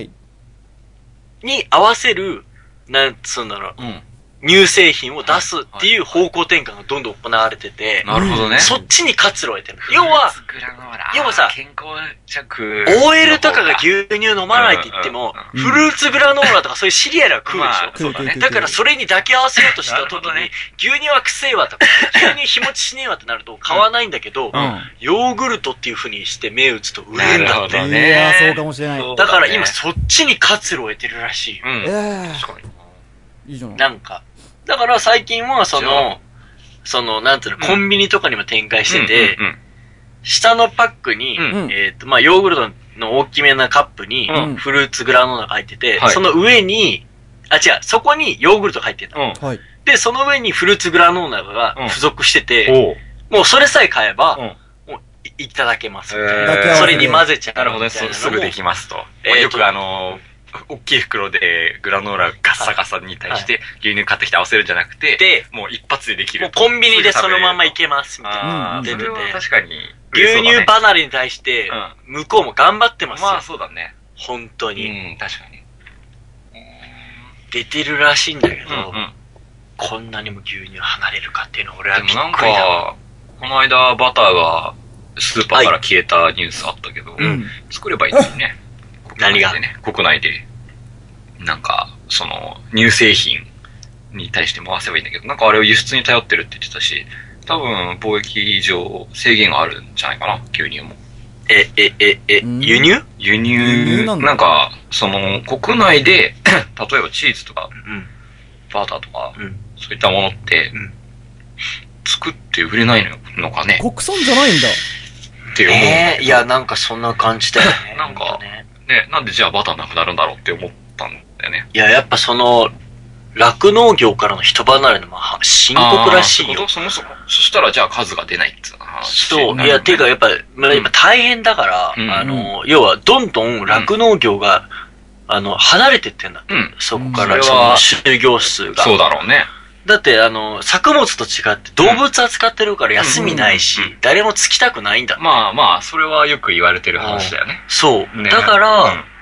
に合わせる、なんつうんだろう、乳製品を出すっていう方向転換がどんどん行われてて、 なるほどね。 そっちに活路を得てる。要はさ、OL とかが牛乳飲まないって言っても、フルーツグラノーラとかそういうシリアルは食うでしょ。だからそれに抱き合わせようとした時に、牛乳はくせえわとか、牛乳日持ちしねえわってなると買わないんだけど、ヨーグルトっていう風にして目打つと売れるんだって。 いや、そうかもしれない。 だから今そっちに活路を得てるらしいよ。 確かに。 いいじゃん。 なんか、だから最近はなんていうの、コンビニとかにも展開してて、下のパックに、まあ、ヨーグルトの大きめなカップに、フルーツグラノーラが入ってて、その上に、そこにヨーグルトが入ってた。で、その上にフルーツグラノーラが付属してて、もうそれさえ買えば、もういただけます。それに混ぜちゃう。 なるほどね、すぐできますと。よく大きい袋でグラノーラガッサガサに対して牛乳買ってきて合わせるんじゃなくて、で、もう一発でできる。 もうコンビニでそのままいけますみたいな。 それは確かに。 牛乳離れに対して、向こうも頑張ってますよ。 まあそうだね。 本当に。 確かに。 出てるらしいんだけど、こんなにも牛乳離れるかっていうのは俺はびっくりだわ。なんか、 この間バターがスーパーから消えたニュースあったけど、作ればいいのにね。 何が国内で、なんか、乳製品に対して回せばいいんだけど、なんかあれを輸出に頼ってるって言ってたし、多分、貿易上制限があるんじゃないかな、牛乳も。 輸入輸入なんか、国内で、例えばチーズとか、バターとか、そういったものって、作って売れないのかね。 国産じゃないんだ。 って思う。 いや、なんかそんな感じだよね。 なんか、ね、なんでじゃあバターなくなるんだろうって思ったんだよね。 いや、やっぱ酪農業からの人離れの深刻らしいよ。 そしたらじゃあ数が出ないって話。 そう。いや、ていうかやっぱ、今大変だから、要はどんどん酪農業が、離れてってんだ。そこから、就業数が。 そうだろうね。 だって、作物と違って動物扱ってるから休みないし、誰もつきたくないんだ。 まあまあ、それはよく言われてる話だよね。 そう。だから、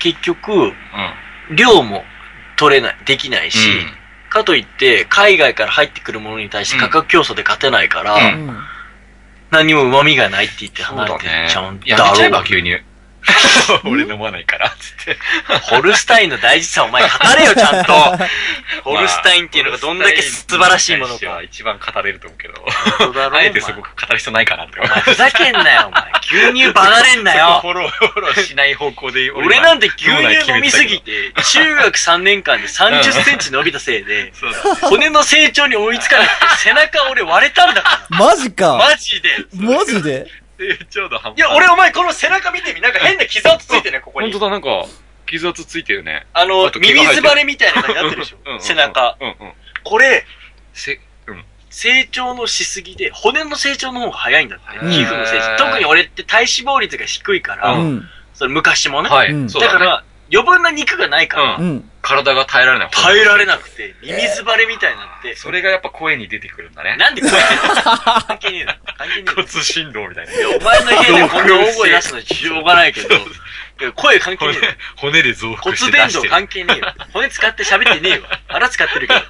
結局、量も取れない、できないし、かといって、海外から入ってくるものに対して価格競争で勝てないから、何にも旨味がないって言って離れてっちゃうんだろう。 やめちゃえば牛乳。俺飲まないから、つって。 ホルスタインの大事さお前語れよ、ちゃんと。ホルスタインっていうのがどんだけ素晴らしいものか。 一番語れると思うけど。あえてそこ語る必要ないかなって。 お前ふざけんなよ、お前。牛乳離れんなよ。 フォローしない方向で。 俺なんて牛乳飲みすぎて、中学3年間で30センチ伸びたせいで、骨の成長に追いつかなくて、背中俺割れたんだから。 マジか。 マジで。 マジでちょうど半端。 いや、俺お前この背中見てみ、なんか変な傷跡ついてね、ここに。 ほんとだ、なんか、傷跡ついてるね。 ミミズバレみたいな感じになってるでしょ。背中。これ、成長のしすぎで、骨の成長の方が早いんだって。皮膚の成長。特に俺って体脂肪率が低いから、それ昔もね。だから、余分な肉がないから、 体が耐えられない。 耐えられなくて、ミミズバレみたいになって。 それがやっぱ声に出てくるんだね。 なんで声関係ねえだろ。関係ねえ。 骨振動みたいな。 いや、お前の部屋でこんな大声出すのしょうがないけど、声関係ねえよ。 骨で増幅して骨伝導関係ねえよ。骨使って喋ってねえよ。腹使ってるけど。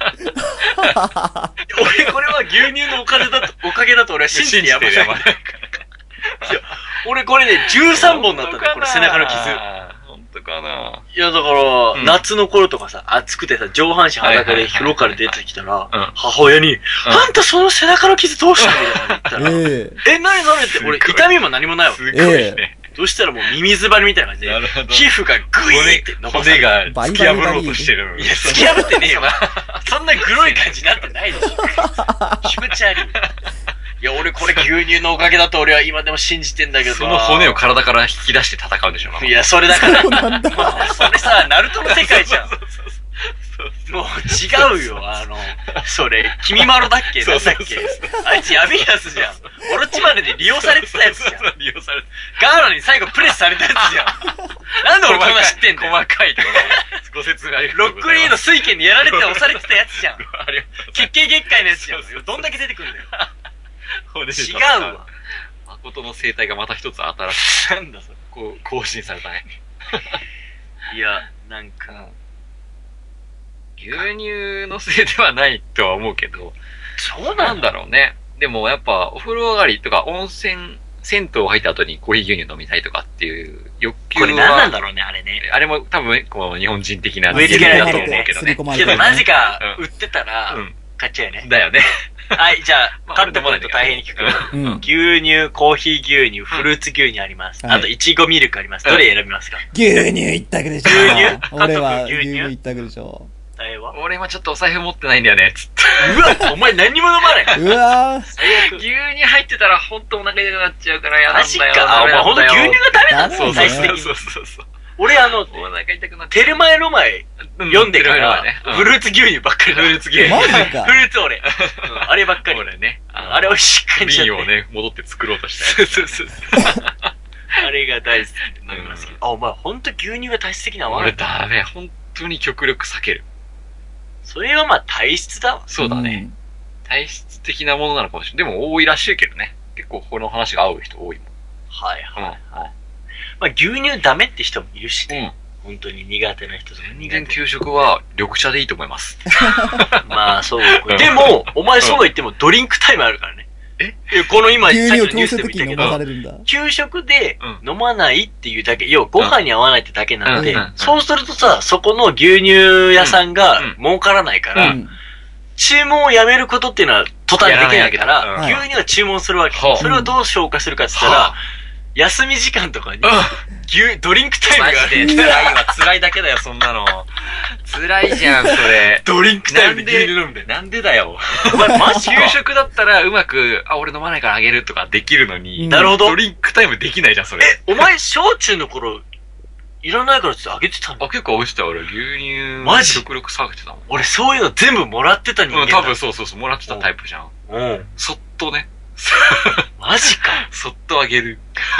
俺これは牛乳のおかげだと俺は信じてやまない。俺これね、13本だったんだよ、これ背中の傷。 かな。 いやだから、夏の頃とかさ、暑くてさ、上半身裸で風呂から出てきたら、母親に、あんたその背中の傷どうしたみたいな言ったら、なにって、俺痛みも何もないわ。 すごいね。 どうしたらもうミミズバレみたいな感じで、皮膚がグイーって伸ばされる。 骨が突き破ろうとしてる。 いや、突き破ってねえよ。そんなグロい感じになってないでしょ。気持ち悪い。いや、俺これ牛乳のおかげだと俺は今でも信じてんだけど。 その骨を体から引き出して戦うんでしょ。 いや、それだから。それさ、ナルトの世界じゃん。もう違うよ、それ、君まろだっけなんだっけあいつやべえやつじゃん。オロチマネで利用されてたやつじゃん。 利用されてガーラに最後プレスされたやつじゃん。なんで俺こんな知ってんの細かいところ。ご説明ありがとうロックリーの水拳にやられて押されてたやつじゃん。血形月界のやつじゃん。どんだけ出てくるんだよ。違うわ。 誠の生態がまた一つ新しい。 なんだそれ。 こう、更新されたね。 いや、なんか、 牛乳のせいではないとは思うけど、 そうなんだろうね。でもやっぱ、お風呂上がりとか温泉、銭湯入った後にコーヒー牛乳飲みたいとかっていう欲求は。 これ何なんだろうね、あれね。 あれも多分、こう、日本人的な植え付けられだと思うけどね。 けどなぜか、売ってたら、買っちゃうよね。 だよね。 はい、じゃあ、カルト君と大変に聞く。牛乳、コーヒー牛乳、フルーツ牛乳あります。あと、いちごミルクあります。どれ選びますか？ 牛乳一択でしょ。 牛乳？ 俺は牛乳一択でしょ。 俺今ちょっとお財布持ってないんだよね、つって。 うわ、お前何にも飲まない。 うわ牛乳入ってたらほんとお腹痛くなっちゃうから嫌なんだよ。 マジか。お前ほんと牛乳がダメなんだ。 最終的に。 そう。 俺お腹痛くなっちゃう。 テルマエロマエ読んでから、フルーツ牛乳ばっかりだ。 フルーツ牛乳。 マジか。 フルーツ俺。あればっかり。 俺ね。 あれ美味しい感じ。 瓶をね、戻って作ろうとしたそう。あれが大好きで飲みますけど。あ、お前ほんと牛乳が体質的なの？ 俺ダメ。ほんとに極力避ける。 それはまあ体質だわ。 そうだね。体質的なものなのかもしれない。でも多いらしいけどね。結構この話が合う人多いもん。 はい。まあ牛乳ダメって人もいるしね。本当に苦手な人とか。 人間給食は緑茶でいいと思います。 まあそう。でも、お前そう言ってもドリンクタイムあるからね。この今、 牛さっき乳を強制のニュースでも的に飲ま言ったけど、 されるんだ。 給食で飲まないっていうだけ、要はご飯に合わないってだけなんで、そうするとさ、そこの牛乳屋さんが儲からないから、注文をやめることっていうのは途端にできないから、牛乳は注文するわけ。それをどう消化するかって言ったら、休み時間とかに、ドリンクタイムがある。 辛いわ、辛いだけだよ、そんなの。辛いじゃん、それ。 ドリンクタイムで牛乳飲んで。 なんでだよ。 お前マジ給食だったらうまく、俺飲まないからあげるとかできるのに。 なるほど。 ドリンクタイムできないじゃん、それ。 お前、小中の頃、いらないからってあげてたの？ 結構美味しいた、俺。牛乳。 マジ？ 極力下げてたもん。 俺そういうの全部もらってた人間だ。 多分そう、もらってたタイプじゃん。そっとね。 マジか。 そっとあげる。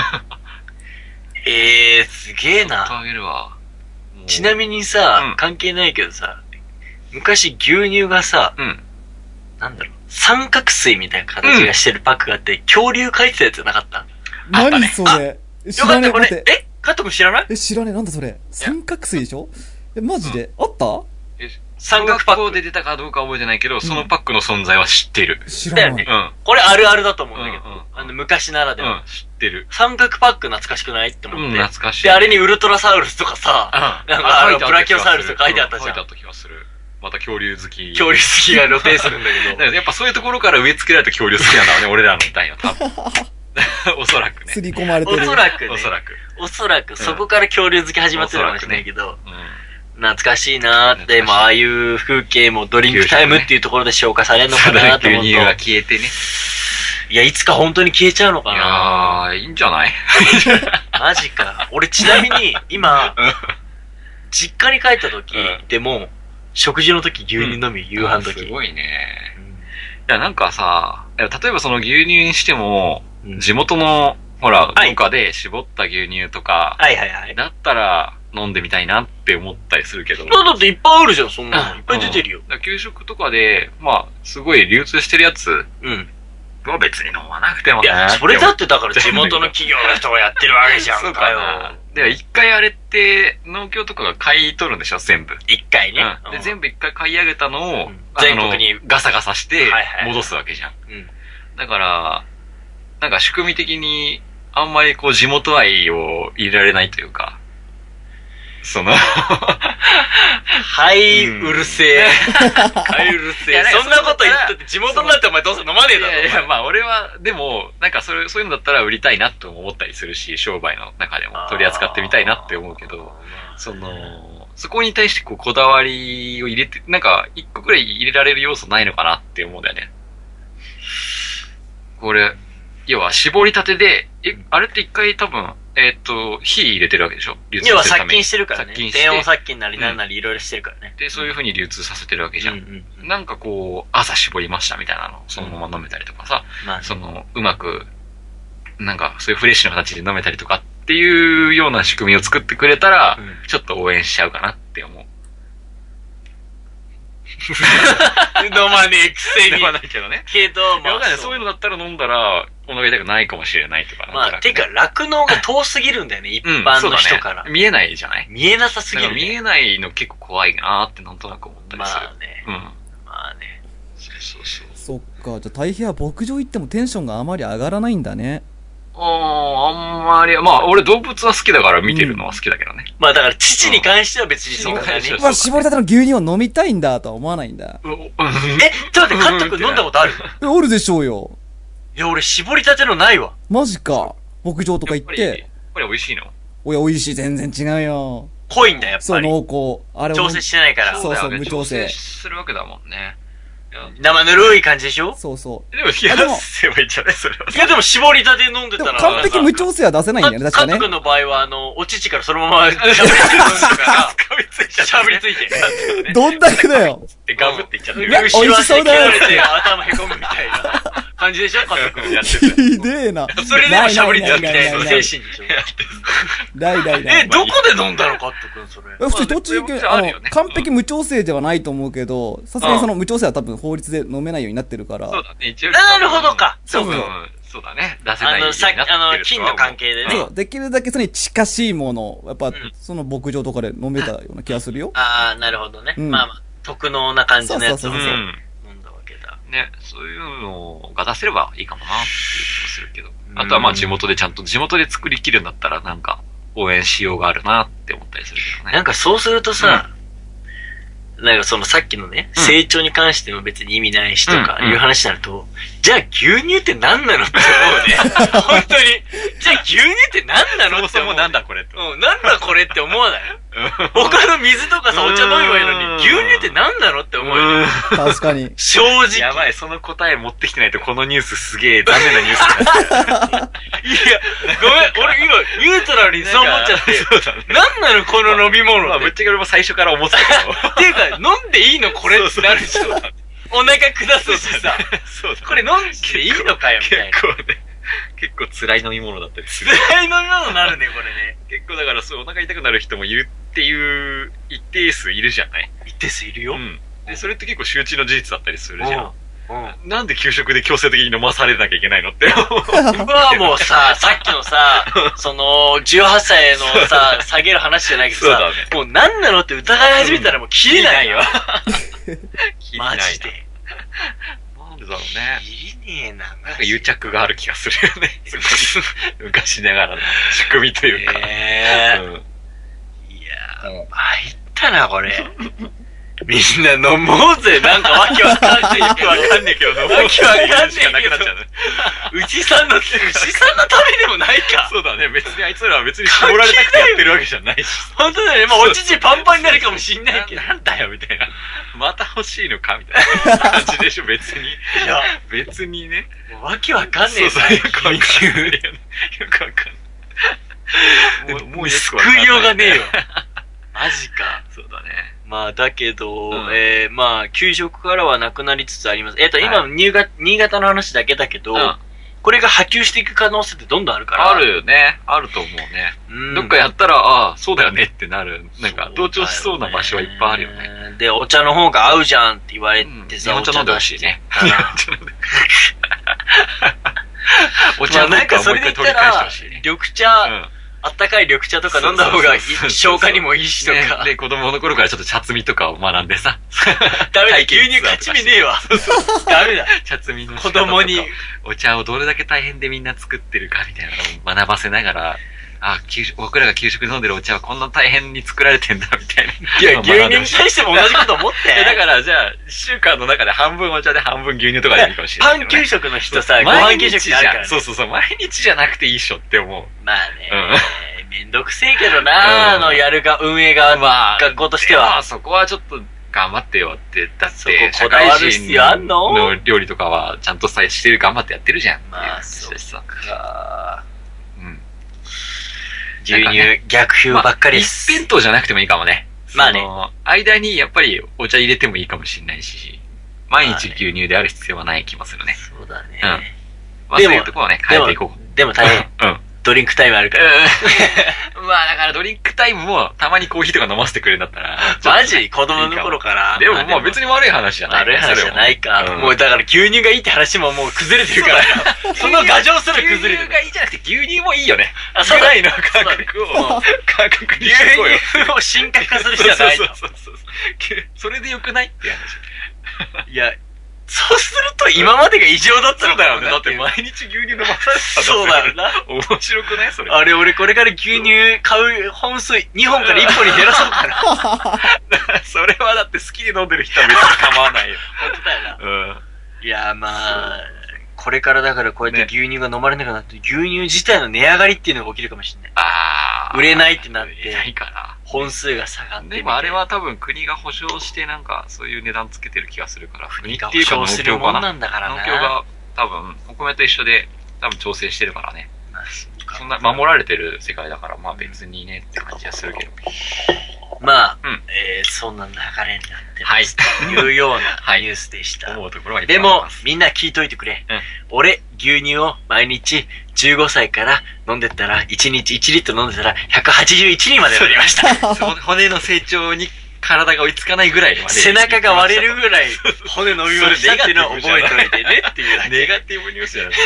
すげえな。 そっとあげるわ。 ちなみにさ、関係ないけどさ、昔牛乳がさ、なんだろう、三角錐みたいな形がしてるパックがあって、恐竜描いてたやつなかった？ 何それ？ よかった、これ、 カット君知らない？ 知らねえ。なんだそれ。三角錐でしょ？マジで、あった？ 三角パックで出たかどうか覚えてないけど、そのパックの存在は知ってる。 知らない。 これあるあるだと思うんだけど、昔ならでは。 知ってる。 三角パック懐かしくないって思って。 懐かしい。 で、あれにウルトラサウルスとかさ、なんかブラキオサウルスとか書いてあったじゃん。 書いてあった気がする。また恐竜好き。 恐竜好きが露呈するんだけど。 やっぱそういうところから植え付けられた恐竜好きなんだろうね、俺らの代は多分。おそらくね。 刷り込まれてる。 おそらく、そこから恐竜好き始まってるかもしれないけど、懐かしいなーって、ああいう風景もドリンクタイムっていうところで消化されるのかなと思うと。 牛乳が消えてね。 いや、いつか本当に消えちゃうのかな。 いいんじゃない？ マジか。俺ちなみに、今、実家に帰った時でも、食事の時牛乳飲み、夕飯の時。 すごいね。いや、なんかさ、例えばその牛乳にしても、地元の、ほら、農家で絞った牛乳とか、だったら飲んでみたいなって思ったりするけど。 だっていっぱいあるじゃん、そんなの。いっぱい出てるよ。 給食とかで、すごい流通してるやつは別に飲まなくてもね。 いや、それだってだから地元の企業の人がやってるわけじゃんかよ。 で、一回あれって、農協とかが買い取るんでしょ、全部。 一回ね。 で、全部一回買い上げたのを、 全国にガサガサして戻すわけじゃん。だから、なんか仕組み的に、あんまりこう地元愛を入れられないというか、はい、うるせえ。はい、うるせえ。そんなこと言ったって地元になってお前どうせ飲まねえだろ。いや、俺は、でも、なんかそういうのだったら売りたいなって思ったりするし、商売の中でも取り扱ってみたいなって思うけど、そこに対してこだわりを入れて、なんか一個くらい入れられる要素ないのかなって思うんだよね。これ、要は絞りたてで、あれって一回多分、火入れてるわけでしょ？流通するために。要は殺菌してるからね。低温殺菌なりなんなりいろいろしてるからね。で、そういう風に流通させてるわけじゃん。なんかこう、朝絞りましたみたいなのをそのまま飲めたりとかさ、うまく、なんかそういうフレッシュな形で飲めたりとかっていうような仕組みを作ってくれたら、ちょっと応援しちゃうかなって思う。飲まねえくせに。飲まないけどね。けど、そういうのだったら飲んだら、お腹痛くないかもしれないとかね。てか、酪農が遠すぎるんだよね、一般の人から。見えないじゃない？見えなさすぎる。見えないの結構怖いなーってなんとなく思ったりする。まあね。 そっか、じゃあ大平は牧場行ってもテンションがあまり上がらないんだね。 あんまり、俺動物は好きだから見てるのは好きだけどね。だから父に関しては別にそうだね。 絞りたての牛乳を飲みたいんだとは思わないんだ。 ちょっと待って、カット君飲んだことある？ おるでしょうよ。 いや、俺絞りたてのないわ。 マジか。牧場とか行って。 やっぱり美味しいの？ 美味しい、全然違うよ。 濃いんだ、やっぱり。 そう、濃厚。あれ調整してないから。 そう、無調整。 するわけだもんね。 生ぬるい感じでしょ？ そうそう。 でも冷やせばいいんじゃないそれは。 いやでも絞りたて飲んでたら。 完璧無調整は出せないんだよね、確かね。 カット君の場合は、お乳からそのまましゃべりついて飲んでから、しゃべりついて。 どんだけだよ。 ガブっていっちゃってる。 美味しそうだよ。 頭へこむみたいな感じでしょ？カット君やってて。ひでえな。 それでもしゃべりついて精神でしょ？ ない。 どこで飲んだのカット君それ。 普通に栃木県、完璧無調整ではないと思うけど、さすがにその無調整は多分法律で飲めないようになってるから。 そうだね、一応。 なるほどか。 そうだね。出せないようになってる。 菌の関係でね。 そう、できるだけそれに近しいもの、やっぱ、その牧場とかで飲めたような気がするよ。 なるほどね。特能な感じのやつを飲んだわけだ。ね、そういうのが出せればいいかもなっていう気もするけど。あとは地元でちゃんと地元で作りきるんだったらなんか応援しようがあるなって思ったりするけどね。なんかそうするとさ、なんかそのさっきのね、成長に関しても別に意味ないしとかいう話になると、じゃあ牛乳って何なのって思うね。本当に。じゃあ牛乳って何なのって思う。なんだこれって。なんだこれって思わない？他の水とかさ、お茶飲めばいいのに、牛乳って何なのって思うよ。 確かに。 正直。 やばい、その答え持ってきてないとこのニュースすげえダメなニュースになっちゃう。いや、 ごめん、俺今、ニュートラルにそう思っちゃって。何なのこの飲み物。 ぶっちゃけ俺も最初から思ってたけど。 っていうか、飲んでいいのこれってなるでしょ。お腹下すしさ。これ飲んでいいのかよみたいな。 結構辛い飲み物だったりする。 辛い飲み物になるね、これね。 結構だからお腹痛くなる人もいるっていう一定数いるじゃない？ 一定数いるよ。 で、それって結構周知の事実だったりするじゃん。 なんで給食で強制的に飲まされなきゃいけないのって。 今はもうさ、さっきのさ、18歳のさ、下げる話じゃないけどさ、もう何なのって疑い始めたらもう切れないよ。マジで。 なんでだろうね。 切れねえな。 なんか癒着がある気がするよね。昔ながらの仕組みというか。いやー、 参ったな、これ。みんな飲もうぜ。なんかわけわかんねえ。よくわかんねえけど飲もうぜ。わけわかんねえしかなくなっちゃう。牛さんのためでもないか。 そうだね。別にあいつらは別に絞られたくてやってるわけじゃないし。 本当だよね。まあお乳パンパンになるかもしんないけど。 なんだよ、みたいな。また欲しいのかみたいな感じでしょ、別に。いや、別にね。 わけわかんねえ。 そう、よくわかんない。よくわかんない。もう救いようがねえよ。マジか。 そうだね。 まあ、だけど、まあ、給食からはなくなりつつあります。今、新潟の話だけだけど、これが波及していく可能性ってどんどんあるから。 あるよね。あると思うね。どっかやったら、ああ、そうだよねってなる。なんか、同調しそうな場所はいっぱいあるよね。 で、お茶の方が合うじゃんって言われてさ、 お茶飲んでほしいね。 お茶なんかそれで言ったら、緑茶、あったかい緑茶とか飲んだ方が消化にもいいしとか。 で、子供の頃からちょっと茶摘みとかを学んでさ。 ダメだ、牛乳勝ち目ねえわ。ダメだ。 茶摘みの子供に。 お茶をどれだけ大変でみんな作ってるかみたいなのを学ばせながら、僕らが給食で飲んでるお茶はこんな大変に作られてんだ、みたいな。 いや、牛乳に対しても同じこと思って。 だから、じゃあ、1週間の中で半分お茶で半分牛乳とかでいいかもしれない。 パン給食の人さ、ご飯給食ってあるから。 そう、毎日じゃなくていいっしょって思う。 まあね。めんどくせえけどな、運営が、学校としては。 そこはちょっと頑張ってよって、だって、 社会人の料理とかはちゃんとしてる、頑張ってやってるじゃん。 まあ、そうか。牛乳、逆風ばっかりです。 一辺倒じゃなくてもいいかもね。 まあね。 間にやっぱりお茶入れてもいいかもしれないし、毎日牛乳である必要はない気もするね。 そうだね。 まあそういうところはね、変えていこう。 でも大変。ドリンクタイムあるから。 まあだからドリンクタイムもたまにコーヒーとか飲ませてくれるんだったら。 マジ子供の頃から。 でもまあ別に悪い話じゃない。 悪い話じゃないか。もうだから牛乳がいいって話ももう崩れてるから。その牙城すら崩れてる。 牛乳がいいじゃなくて牛乳もいいよね。 そうぐらいの感覚を、にしてこうよ。 牛乳を進化化するじゃないと。 それでよくないって話。 いや、そうすると今までが異常だったのだよね。だって毎日牛乳飲まされてた。 そうだよな。 面白くないそれ。 俺これから牛乳買う本数2本から1本に減らそうかな。それはだって好きで飲んでる人は別に構わないよ。 本当だよな。いや、まあ、これからだからこうやって牛乳が飲まれなくなって、牛乳自体の値上がりっていうのが起きるかもしれない。売れないってなって。売れないから。本数が下がって。 でもあれは多分国が保証してなんかそういう値段つけてる気がするから。 国が保証するもんなんだからな。 農協が多分お米と一緒で多分調整してるからね。そんな守られてる世界だからまあ別にねって感じはするけど。 まあ、そんな流れになってますというようなニュースでした。でもみんな聞いといてくれ。俺牛乳を毎日15歳から飲んでったら1日1リットル飲んでたら181人までなりました。 骨の成長に体が追いつかないぐらいまで。 背中が割れるぐらい骨の上をしたっていうのを覚えておいてねっていう。 ネガティブニュースじゃない。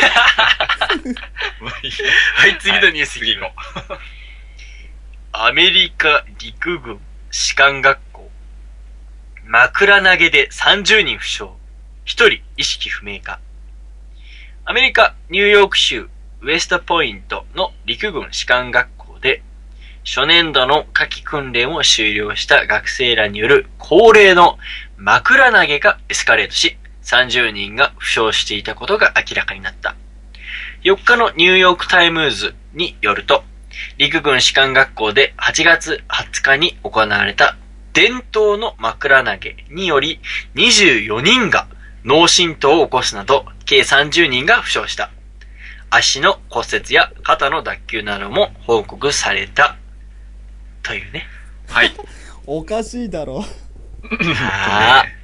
はい、次のニュースいこう。アメリカ陸軍士官学校。枕投げで30人負傷。1人意識不明か。アメリカ・ニューヨーク州ウエストポイントの陸軍士官学校で、初年度の夏季訓練を終了した学生らによる恒例の枕投げがエスカレートし、30人が負傷していたことが明らかになった。4日のニューヨークタイムズによると、陸軍士官学校で8月20日に行われた伝統の枕投げにより24人が脳震盪を起こすなど計30人が負傷した。足の骨折や肩の脱臼なども報告された。というね。 はい。 おかしいだろ。 まあ、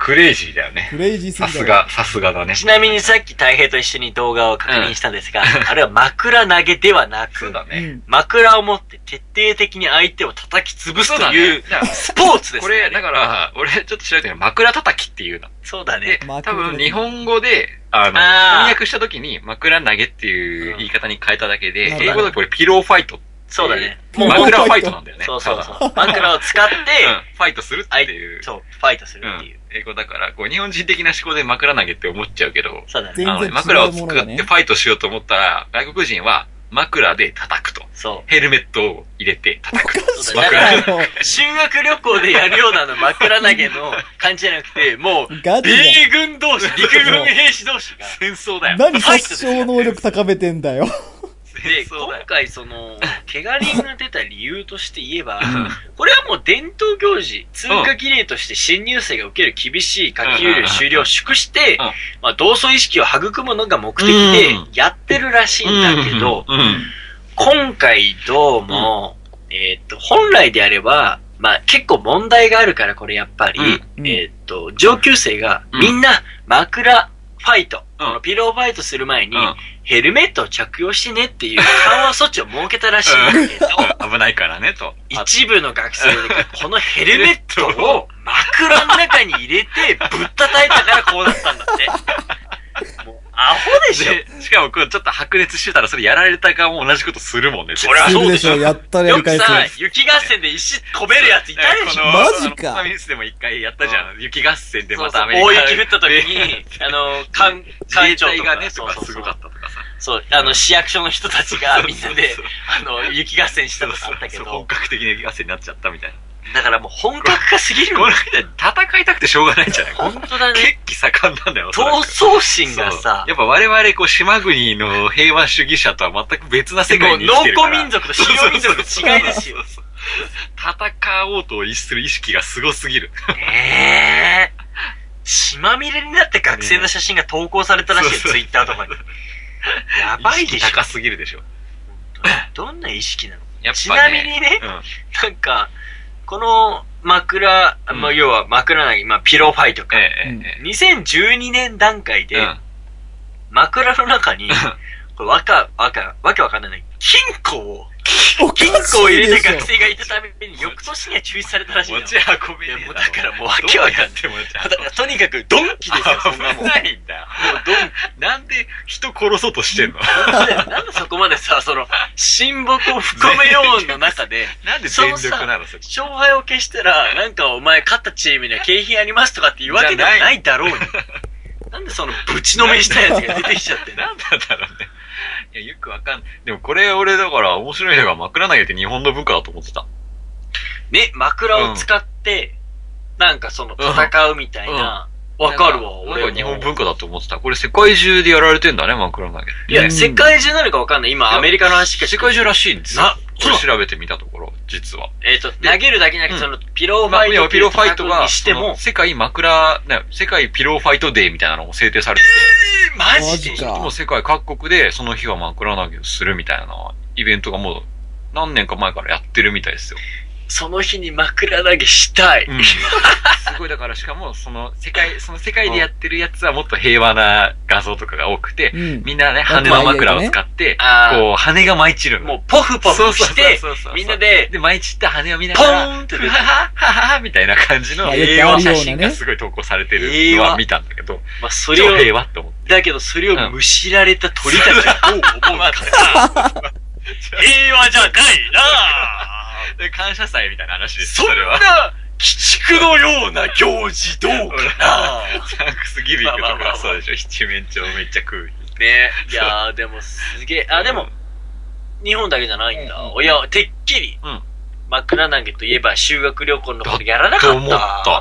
クレイジーだよね。 クレイジーすぎさすがだね。 ちなみにさっき大平と一緒に動画を確認したんですが、あれは枕投げではなく、 そうだね。 枕を持って徹底的に相手を叩き潰すというスポーツですね。 これ、だから、俺ちょっと調べてる枕叩きっていうの。 そうだね。 多分日本語で、翻訳した時に枕投げっていう言い方に変えただけで、英語だとこれピローファイト。 そうだね。 もう枕ファイトなんだよね。 そう。枕を使って、 ファイトするっていう。 そう、ファイトするっていう。 英語だから、こう日本人的な思考で枕投げって思っちゃうけど、 そうだね。 枕を作ってファイトしようと思ったら、外国人は枕で叩くと。 そう。 ヘルメットを入れて叩く。 枕。修学旅行でやるような枕投げの感じじゃなくて、もう、米軍同士、陸軍兵士同士が。 戦争だよ。 何殺傷能力高めてんだよ。 で、今回怪我人が出た理由として言えば、これはもう伝統行事、通過儀礼として新入生が受ける厳しい夏季有料終了を祝して、まあ、同窓意識を育むのが目的でやってるらしいんだけど、今回どうも、本来であれば、まあ結構問題があるからこれやっぱり、上級生がみんな枕ファイト、ピローファイトする前に、ヘルメットを着用してねっていう緩和措置を設けたらしいんだけど、 危ないからねと。 一部の学生でこのヘルメットを枕の中に入れてぶったたいたからこうなったんだって。もうアホでしょ。 しかもこれちょっと白熱してたらそれやられた側も同じことするもんね。 そりゃそうでしょ。 やったらやり返す。 よくさ、雪合戦で石飛べるやついたでしょ。 マジか。 サミニスでも一回やったじゃん。雪合戦でまたアメリカ。大雪降った時に、 自衛隊がね、とかすごかったとかさ。 そう、市役所の人たちがみんなで、雪合戦したとかあったけど。 本格的な雪合戦になっちゃったみたいな。 だからもう本格化すぎる。 この人戦いたくてしょうがないんじゃない？ 本当だね。 血気盛んなんだよ。 闘争心がさ。 やっぱ我々島国の平和主義者とは全く別な世界に生きてるから。 農耕民族と狩猟民族の違いですよ。 戦おうとする意識がすごすぎる。 血まみれになって学生の写真が投稿されたらしいよ、ツイッターとかに。やばいでしょ。 高すぎるでしょ。 どんな意識なの？ちなみにね、なんか、この枕、要は枕投げ、ピローファイトか。2012年段階で、枕の中に、これわけわかんない。金庫を入れた学生がいたために、翌年には中止されたらしいの。 持ち運べねえ。 だからもうわけわかんない。とにかくドンキですよ、そんなもん。 ないんだよ。もうなんで人殺そうとしてんの？ なんでそこまでさ、親睦を深めようの中で、 なんで全力なの？ 勝敗を消したら、なんかお前勝ったチームには景品ありますとかっていうわけではないだろうに。なんでぶちのめしたやつが出てきちゃってなんだろうね。いや、よくわかんない。でもこれ俺だから面白いのが枕投げって日本の文化だと思ってた。 ね、枕を使って、なんか戦うみたいな。わかるわ、 俺は日本文化だと思ってた。これ世界中でやられてんだね、枕投げ。 いや、世界中なのかわかんない。今、アメリカの話世界中らしいんですよ。これ調べてみたところ、実は。 投げるだけじゃなくて、ピローファイト。 ピローファイトが、 しても、 世界ピローファイトデーみたいなのも制定されてて。 マジで？ もう世界各国でその日は枕投げをするみたいなイベントがもう何年か前からやってるみたいですよ。 その日に枕投げしたい。 すごい、だからしかもその世界でやってるやつはもっと平和な画像とかが多くて、みんなね、羽の枕を使って、こう、羽が舞い散るの。 もうポフポフして、みんなで、 舞い散った羽を見ながら、 ポーンってははははみたいな感じの写真がすごい投稿されてるのは見たんだけど、超平和って思って。 だけどそれをむしられた鳥たちはどう思うか。平和じゃないなぁ。感謝祭みたいな話です。 そんな、鬼畜のような行事どうかなサンクスギビングとかそうでしょ。七面鳥めっちゃ食う。 ね。いやーでもすげえ、でも、日本だけじゃないんだ。いや、てっきり、枕投げといえば修学旅行のことやらなかった。と思った。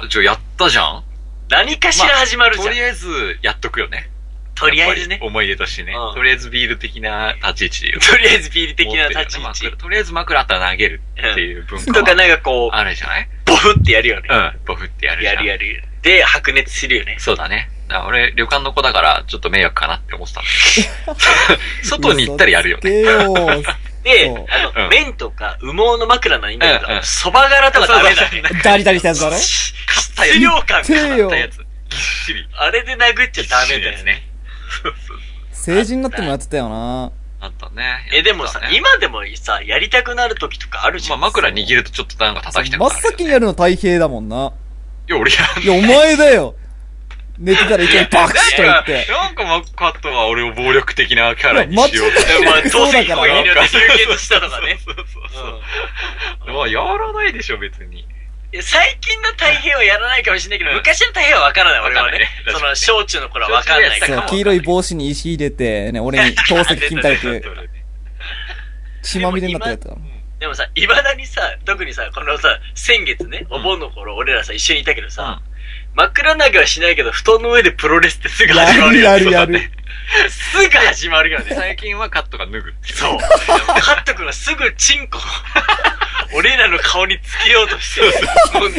じゃあやったじゃん。 何かしら始まるじゃん。 とりあえずやっとくよね。 とりあえずね。 思い出としてね。とりあえずビール的な立ち位置とりあえずビール的な立ち位置。 とりあえず枕あったら投げるっていう文化とかなんかこう、 あるじゃない？ ボフってやるよね。 ボフってやるじゃん。 やる。で、白熱するよね。 そうだね。俺、旅館の子だから、ちょっと迷惑かなって思ってたんだけど。外に行ったらやるよね。 で、綿とか羽毛の枕のいいんだけど、蕎麦柄とかダメだね。 ダリダリしたやつだね。 質量感があったやつ。 しり。 あれで殴っちゃダメだよね。 そうそう。 成人になってもやってたよな。 あったね。 でもさ、今でもさ、やりたくなる時とかあるじゃん。 まあ枕握るとちょっとなんか叩きたく真なる、 っ先にやるの太平だもんな。 いや、俺やいや、お前だよ。寝てたらいきなりバクシと言って。 なんかマッカットは俺を暴力的なキャラにしようと。 まあ、当然行為によって集結したとかね。 そうそうそう。まあ、やらないでしょ、別に。 最近の太平はやらないかもしれないけど、昔の太平は分からない、俺はね。その、小中の頃は分かんないから。 そう、黄色い帽子に石入れて、ね、俺に透析金体って、血まみれになったやつだ。 でもさ、未だにさ、特にさ、このさ、先月ね、お盆の頃、俺らさ、一緒にいたけどさ、枕投げはしないけど、布団の上でプロレスってすぐ始まるよね。 やる。 すぐ始まるよね。 最近はカットが脱ぐ。 そう。カット君がすぐチンコ俺らの顔につけようとして。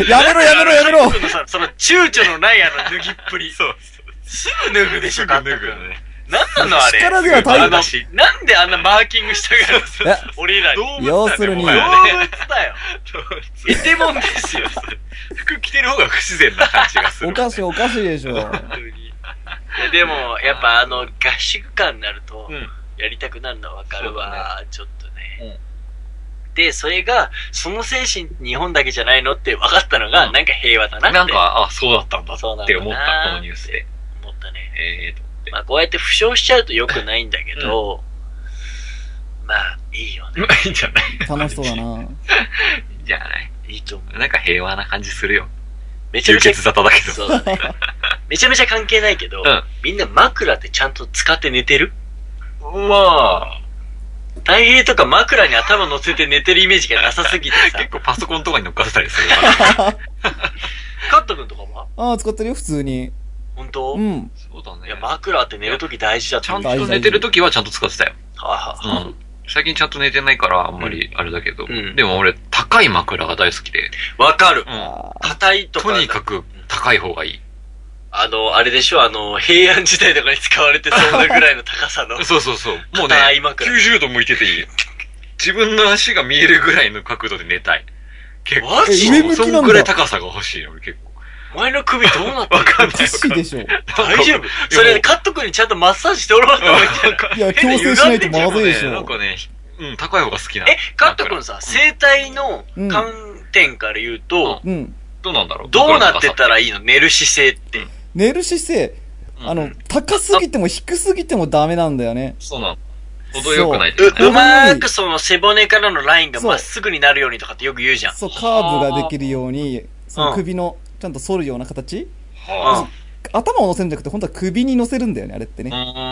やめろカット君のさ、その躊躇のない脱ぎっぷり。そう。すぐ脱ぐでしょ、カット君。なんなのあれ。 力では大変。 なんであんなマーキングしたがるの俺らに。 要するに。 動物だよ。エテモンですよ。 服着てる方が不自然な感じがする。 おかしいでしょ。 でも、やっぱ合宿感になると、やりたくなるのはわかるわ、ちょっとね。で、それが、その精神日本だけじゃないのって分かったのが、なんか平和だなって。 なんか、そうだったんだって思った、このニュースで。 思ったね。まあこうやって負傷しちゃうと良くないんだけど、まあいいよね。 いいんじゃない楽しそうだな。 いいんじゃないいいと思う。 なんか平和な感じするよ。 めちゃめちゃ。 吸血沙汰だけど。 そうだね。めちゃめちゃ関係ないけど、みんな枕ってちゃんと使って寝てる？ まあ。 太平とか枕に頭乗せて寝てるイメージがなさすぎてさ。 結構パソコンとかに乗っかってたりするから。 カット君とかは？ 使ってるよ、普通に。 本当？ うん。 そうだね。 いや、枕って寝るとき大事だったちゃんと寝てるときはちゃんと使ってたよ。 は最近ちゃんと寝てないからあんまりあれだけど。でも俺、高い枕が大好きで。 わかる。硬いとか。 とにかく高い方がいい。 あれでしょ、平安時代とかに使われてそうなぐらいの高さの。 そう。もうね、90度向いてていい。自分の足が見えるぐらいの角度で寝たい。結構。 上向きなんだ。 そのぐらい高さが欲しいの、俺結構。 お前の首どうなってる？ わかんない。 おかしいでしょ。 大丈夫？それ、カット君にちゃんとマッサージしてもらった方がいいんじゃない？ いや、強制しないとまずいでしょ。 なんかね、高い方が好きな。 カット君さ、生態の観点から言うと、 どうなんだろう？ どうなってたらいいの？寝る姿勢って。 寝る姿勢、高すぎても低すぎてもダメなんだよね。 そうなの。程よくないと。 うまーくその背骨からのラインがまっすぐになるようにとかってよく言うじゃん。 そう、カーブができるように、その首の、ちゃんと反るような形、頭を乗せるんじゃなくて、本当は首に乗せるんだよね、あれってね。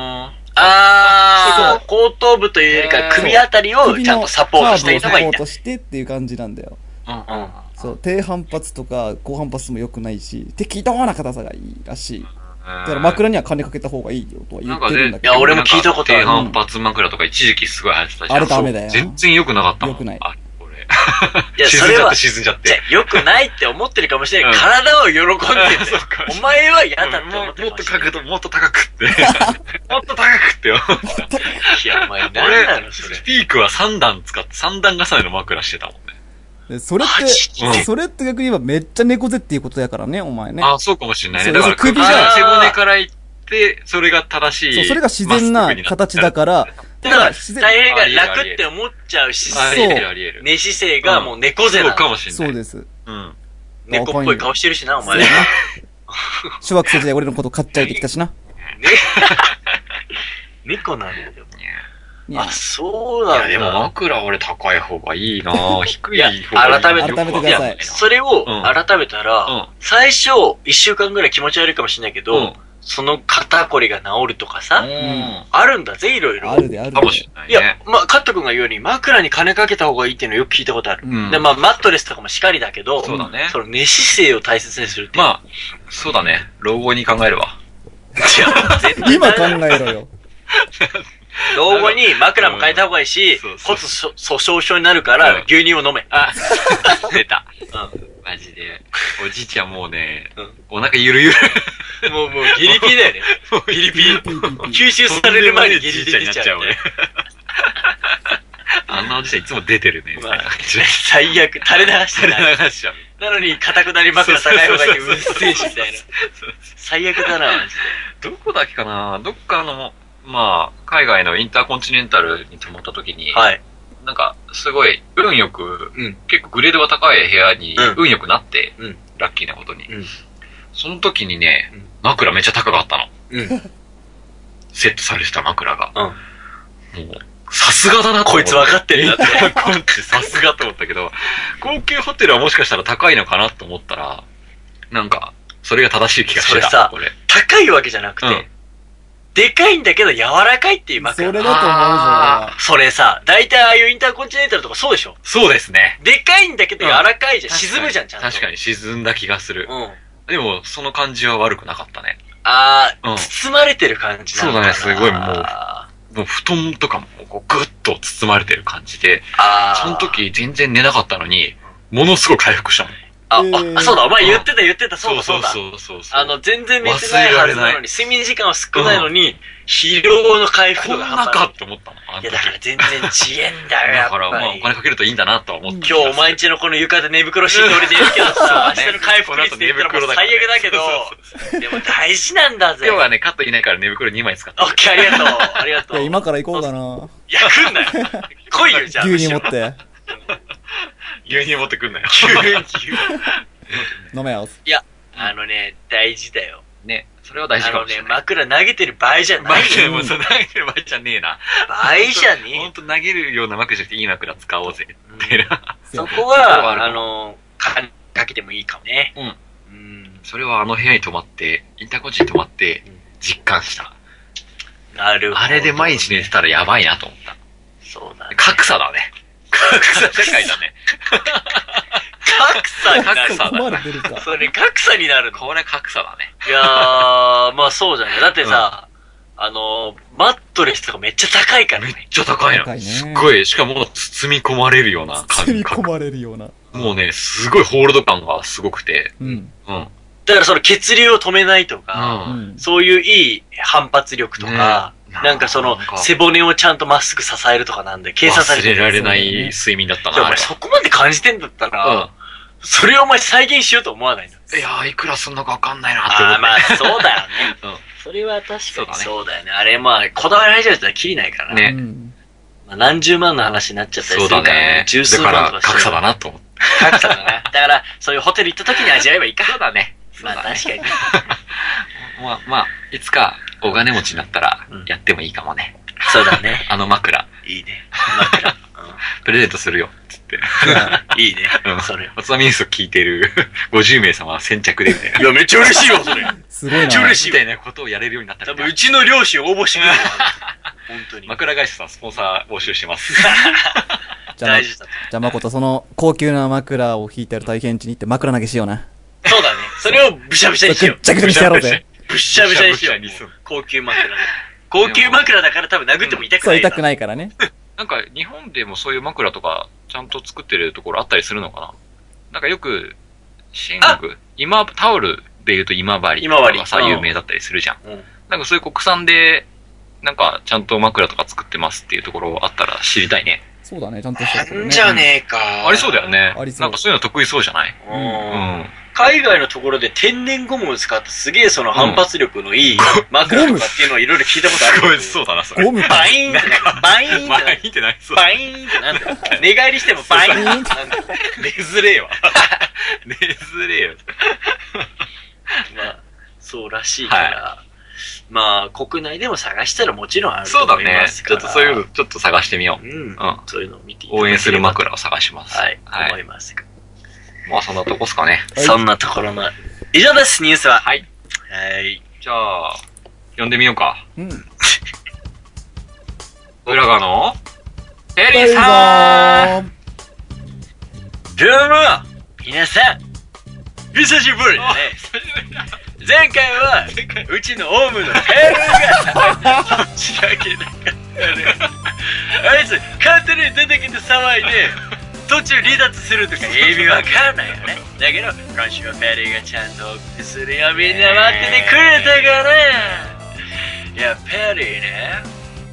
後頭部というよりか首あたりをちゃんとサポートしていた方がいいんだ。 サポートしてっていう感じなんだよ。そう、低反発とか高反発も良くないし、適当な硬さがいいらしい。だから枕には金かけた方がいいよとは言ってるんだけど。 いや、俺も聞いたことある。 低反発枕とか一時期すごい流行ってたじゃん。 あれダメだよ。 全然良くなかったもん。 良くない。 いや、それは、 沈んじゃって。 良くないって思ってるかもしれない。体を喜んでる。お前は嫌だって思ってる。 もっと角度、もっと高くって。もっと高くってよ。 いや、お前何なのそれ。 ピークは3段使って、3段重ねの枕してたもんね。 それって逆に言えばめっちゃ猫背っていうことやからね、お前ね。 あ、そうかもしれないね。だから首が背骨からいって、それが正しい。 そう、それが自然な形だから、 だから、大変が楽って思っちゃう姿勢、寝姿勢がもう猫背なの。 そうかもしれない。 そうです。 猫っぽい顔してるしな、お前。 小学生時代俺のこと買っちゃいてきたしな。 猫なんだよ。あ、そうなんだ。 いや、でも枕俺高い方がいいなぁ。低い方がいい。改めてください。 それを改めたら、最初、1週間ぐらい気持ち悪いかもしれないけど、その肩こりが治るとかさ、あるんだぜ、いろいろ。 あるであるで。 かもしれない。 いや、カット君が言うように枕に金かけた方がいいっていうのをよく聞いたことある。で、マットレスとかもしかりだけど、 そうだね。 その寝姿勢を大切にするって。 まあ、そうだね。老後に考えるわ。 今考えろよ。 老後に枕も変えた方がいいし、骨粗鬆症になるから牛乳を飲め。 あ、出た。マジで。おじいちゃんもうね、お腹ゆるゆる。 もうギリギリだよね。ギリギリ。吸収される前にギリギリになっちゃう。 あのおじさんいつも出てるね。 まあ、最悪、垂れ流してる。 垂れ流しちゃう。 なのに、硬くなり枕高い方がいてうっせえし、みたいな。最悪だな、マジで。 どこだっけかな、どっかの、まあ、海外のインターコンチネンタルに泊まった時に、 はい。 なんか、すごい、運よく、 うん。 結構グレードが高い部屋に、運よくなって、 うん。 ラッキーなことに。 うん。 その時にねうん、 枕めっちゃ高かったの。 うん。 セットされてた枕が。 うん。 もう、さすがだなと思って。 こいつ分かってるなってインターコンチさすがと思ったけど、高級ホテルはもしかしたら高いのかなと思ったら、なんか、それが正しい気がしてた。 それさこれ。 高いわけじゃなくて、 うんでかいんだけど柔らかいっていう枕。 それだと思うぞ。 それさ、大体ああいうインターコンチネンタルとかそうでしょ？ そうですね。 でかいんだけど柔らかいじゃん。沈むじゃん、ちゃんと。 確かに沈んだ気がする。 うん。 でも、その感じは悪くなかったね。 包まれてる感じなのかな。 そうだねすごいもう布団とかもこうグッと包まれてる感じで、その時全然寝なかったのに、ものすごい回復したの。 そうだ、お前言ってた、そうだ。 そう。 全然寝てないはずなのに、睡眠時間は少ないのに、疲労の回復こん度がなかって思ったの。 いや、だから全然違えんだよ、やっぱり。 だから、まあ、お金かけるといいんだなとは思って。 今日お前んちのこの床で寝袋敷いて俺寝るけどさ、明日の回復率って言ったらもう最悪だけど、でも大事なんだぜ。 今日はね、カットいないから寝袋2枚使ってオッケー、ありがとう。 いや、今から行こうかな。 いや、来んなよ。来いよ、じゃあ。 牛乳持って。 牛乳持ってくんなよ。 飲めよ。 いや、大事だよ。 ね、それは大事かもしれない。 枕投げてる場合じゃないよ。 もう投げてる場合じゃねえな。 場合じゃねえ。 ほんと投げるような枕じゃなくていい枕使おうぜ。 そこは、かけてもいいかもね。 それはあの部屋に泊まって、インターコンチに泊まって、実感した。 なるほど。 あれで毎日寝てたらやばいなと思った。 そうだね。 格差だね。格差社会だね。 格差になる。それ格差になるの。 これ格差だね。 いやー、まあそうじゃね。だってさ、マットレスとかめっちゃ高いからね。 めっちゃ高いの。すっごい、しかも包み込まれるような感じ。 包み込まれるような。 もうね、すごいホールド感がすごくて。 だからその血流を止めないとか、そういういい反発力とか、なんかその背骨をちゃんとまっすぐ支えるとかなんで、計算されてる。 忘れられない睡眠だったな。 お前そこまで感じてんだったら、それをお前再現しようと思わないの？ いやー、いくらすんのかわかんないなって思って。 まあそうだよね。それは確かにそうだよね。あれまあ、こだわり始めたらきりないからね。何十万の話になっちゃったりするからね。十数万とか。 だから格差だなと思って。 格差だな。だから、そういうホテル行った時に味わえばいいか。 そうだね。 まあ確かに。 まあ、いつかお金持ちになったらやってもいいかもね。 そうだね。 枕。 いいね。枕。 プレゼントするよ。つって。 いいね。それ。 おつまみニュースを聞いてる50名様は先着でみたいな。 いや、めっちゃ嬉しいよ、それ。 すごいな。 めっちゃ嬉しいみたいなことをやれるようになったら。 多分、うちの両親応募してくれる。本当に。 枕会社さん、スポンサー募集してます。 大事だ。 じゃあ、誠、その高級な枕を引いてある大変地に行って枕投げしような。 そうだね。それをブシャブシャにしよう。 ぐっちゃぐちゃにしてやろうぜ。 ブシャブシャにしよう。高級枕で。高級枕だから多分殴っても痛くない。 そう、痛くないからね。 なんか、日本でもそういう枕とか、ちゃんと作ってるところあったりするのかな？なんかよく、寝具タオルで言うと今治がさ、有名だったりするじゃん。なんかそういう国産で、なんかちゃんと枕とか作ってますっていうところあったら知りたいね。 そうだね、ちゃんとしたんじゃねえか。 ありそうだよね。 ありそう。 なんかそういうの得意そうじゃない？ 海外のところで天然ゴムを使ってすげえその反発力のいい枕とかっていうのをいろいろ聞いたことある。 すごいそうだな、それ。 ゴムバイーンってバイーンってなりそう。 バイーンってなんだよ。寝返りしてもバイーンってなんだよ。 寝ずれえわ。寝ずれえよ。 まあ、そうらしいから。まあ、国内でも探したらもちろんあると思いますから。 そうだね。ちょっとそういうの、ちょっと探してみよう。 そういうのを見ていただければ応援する枕を探します。 はい、思いますが。 まあ、そんなとこっすかね。 そんなところの、以上です、ニュースは。 はい。じゃあ、読んでみようか。浦賀の、テリーさん。 どうも、皆さん、久しぶりだね。前回は、うちのオウムのペルーが、申し訳なかったね。あいつ、勝手に出てきて騒いで、途中離脱するとか意味わかんないよね。だけど、今週はペリーがちゃんとお送りするよ。みんな待っててくれたから。いや、ペリーね、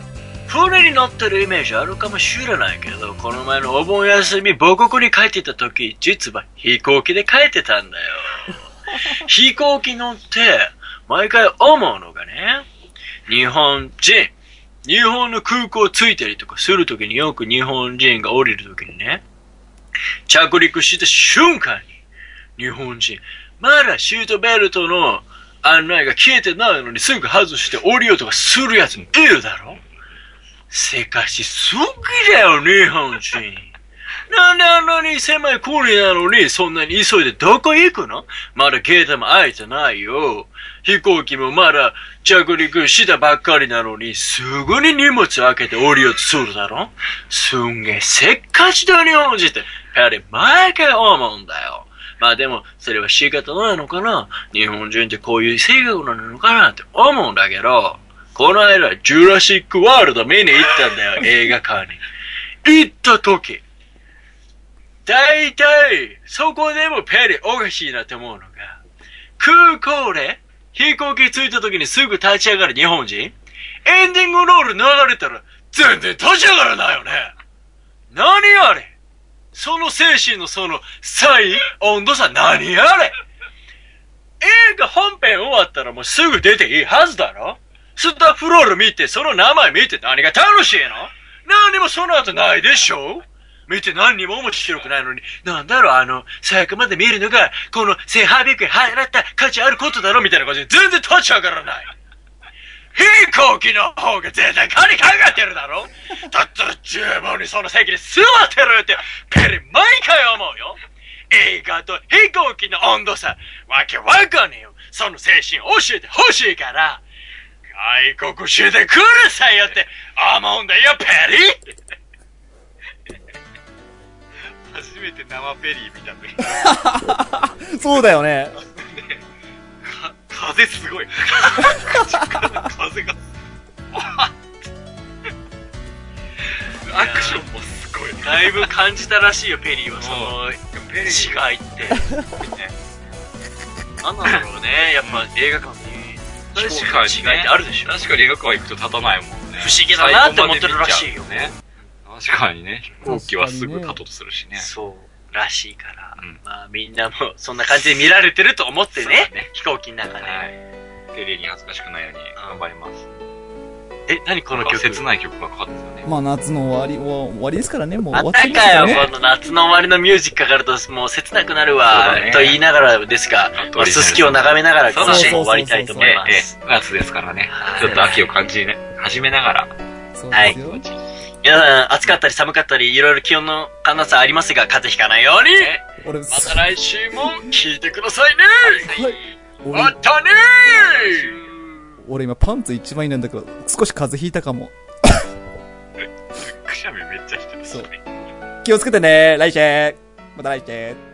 船に乗ってるイメージあるかもしれないけど、この前のお盆休み母国に帰っていた時、実は飛行機で帰ってたんだよ。飛行機乗って、毎回思うのがね、日本の空港着いたりとかするときによく日本人が降りるときにね、着陸した瞬間に、日本人、まだシートベルトの案内が消えてないのにすぐ外して降りようとかするやつもいるだろ。せかしすぎだよ、日本人。なんであんなに狭い国なのにそんなに急いでどこ行くの？まだゲートも開いてないよ。飛行機もまだ着陸したばっかりなのにすぐに荷物開けて降りようとするだろ？すんげえせっかちだ日本人って、やはり毎回思うんだよ。まあでも、それは仕方ないのかな？日本人ってこういう性格なのかなって思うんだけど、この間、ジュラシックワールド見に行ったんだよ、映画館に。行った時、大体、そこでもペリおかしいなって思うのが、空港で飛行機着いた時にすぐ立ち上がる日本人、エンディングロール流れたら全然立ち上がらないよね。何あれ？その精神のその温度差何あれ？映画本編終わったらもうすぐ出ていいはずだろ？スタッフロール見て、その名前見て何が楽しいの？何にもその後ないでしょ？見て何にも面白くないのに、なんだろう最後まで見るのが、この1800円払った価値あることだろみたいな感じで全然立ち上がらない。飛行機の方が絶対金かかってるだろ？だったら十分にその席に座ってるってペリ毎回思うよ。映画と飛行機の温度差、わけわかんねえよ。その精神教えてほしいから、外国教えてくださいよって思うんだよ、ペリー。 初めて生ペリー見た時。 そうだよね。 風すごい。風が。アクションもすごい。 だいぶ感じたらしいよ、ペリーは。その、違いって。なんなんだろうね、やっぱ映画館に。 確かに違いってあるでしょ。 確かに映画館行くと立たないもんね。 不思議だなって思ってるらしいよね。確かにね、飛行機はすぐ立とうとするしね。 そうらしいから、まあみんなもそんな感じで見られてると思ってね、飛行機の中で。 テレビに恥ずかしくないように頑張ります。 何この曲？ 切ない曲がかかってたね。 まあ夏の終わりですからね、もう終わっちゃいますからね。この夏の終わりのミュージックかかるともう切なくなるわ、と言いながらですが、すすきを眺めながら今年終わりたいと思います。 夏ですからね。ちょっと秋を感じ始めながら。 はい。 皆さん、暑かったり寒かったり、いろいろ気温の寒暖差ありますが、風邪ひかないように、また来週も聞いてくださいね。はい。またねー。 俺今パンツ一枚なんだけど、少し風邪ひいたかも。 くしゃみめっちゃしてる。 そう。気をつけてね。来週。また来週。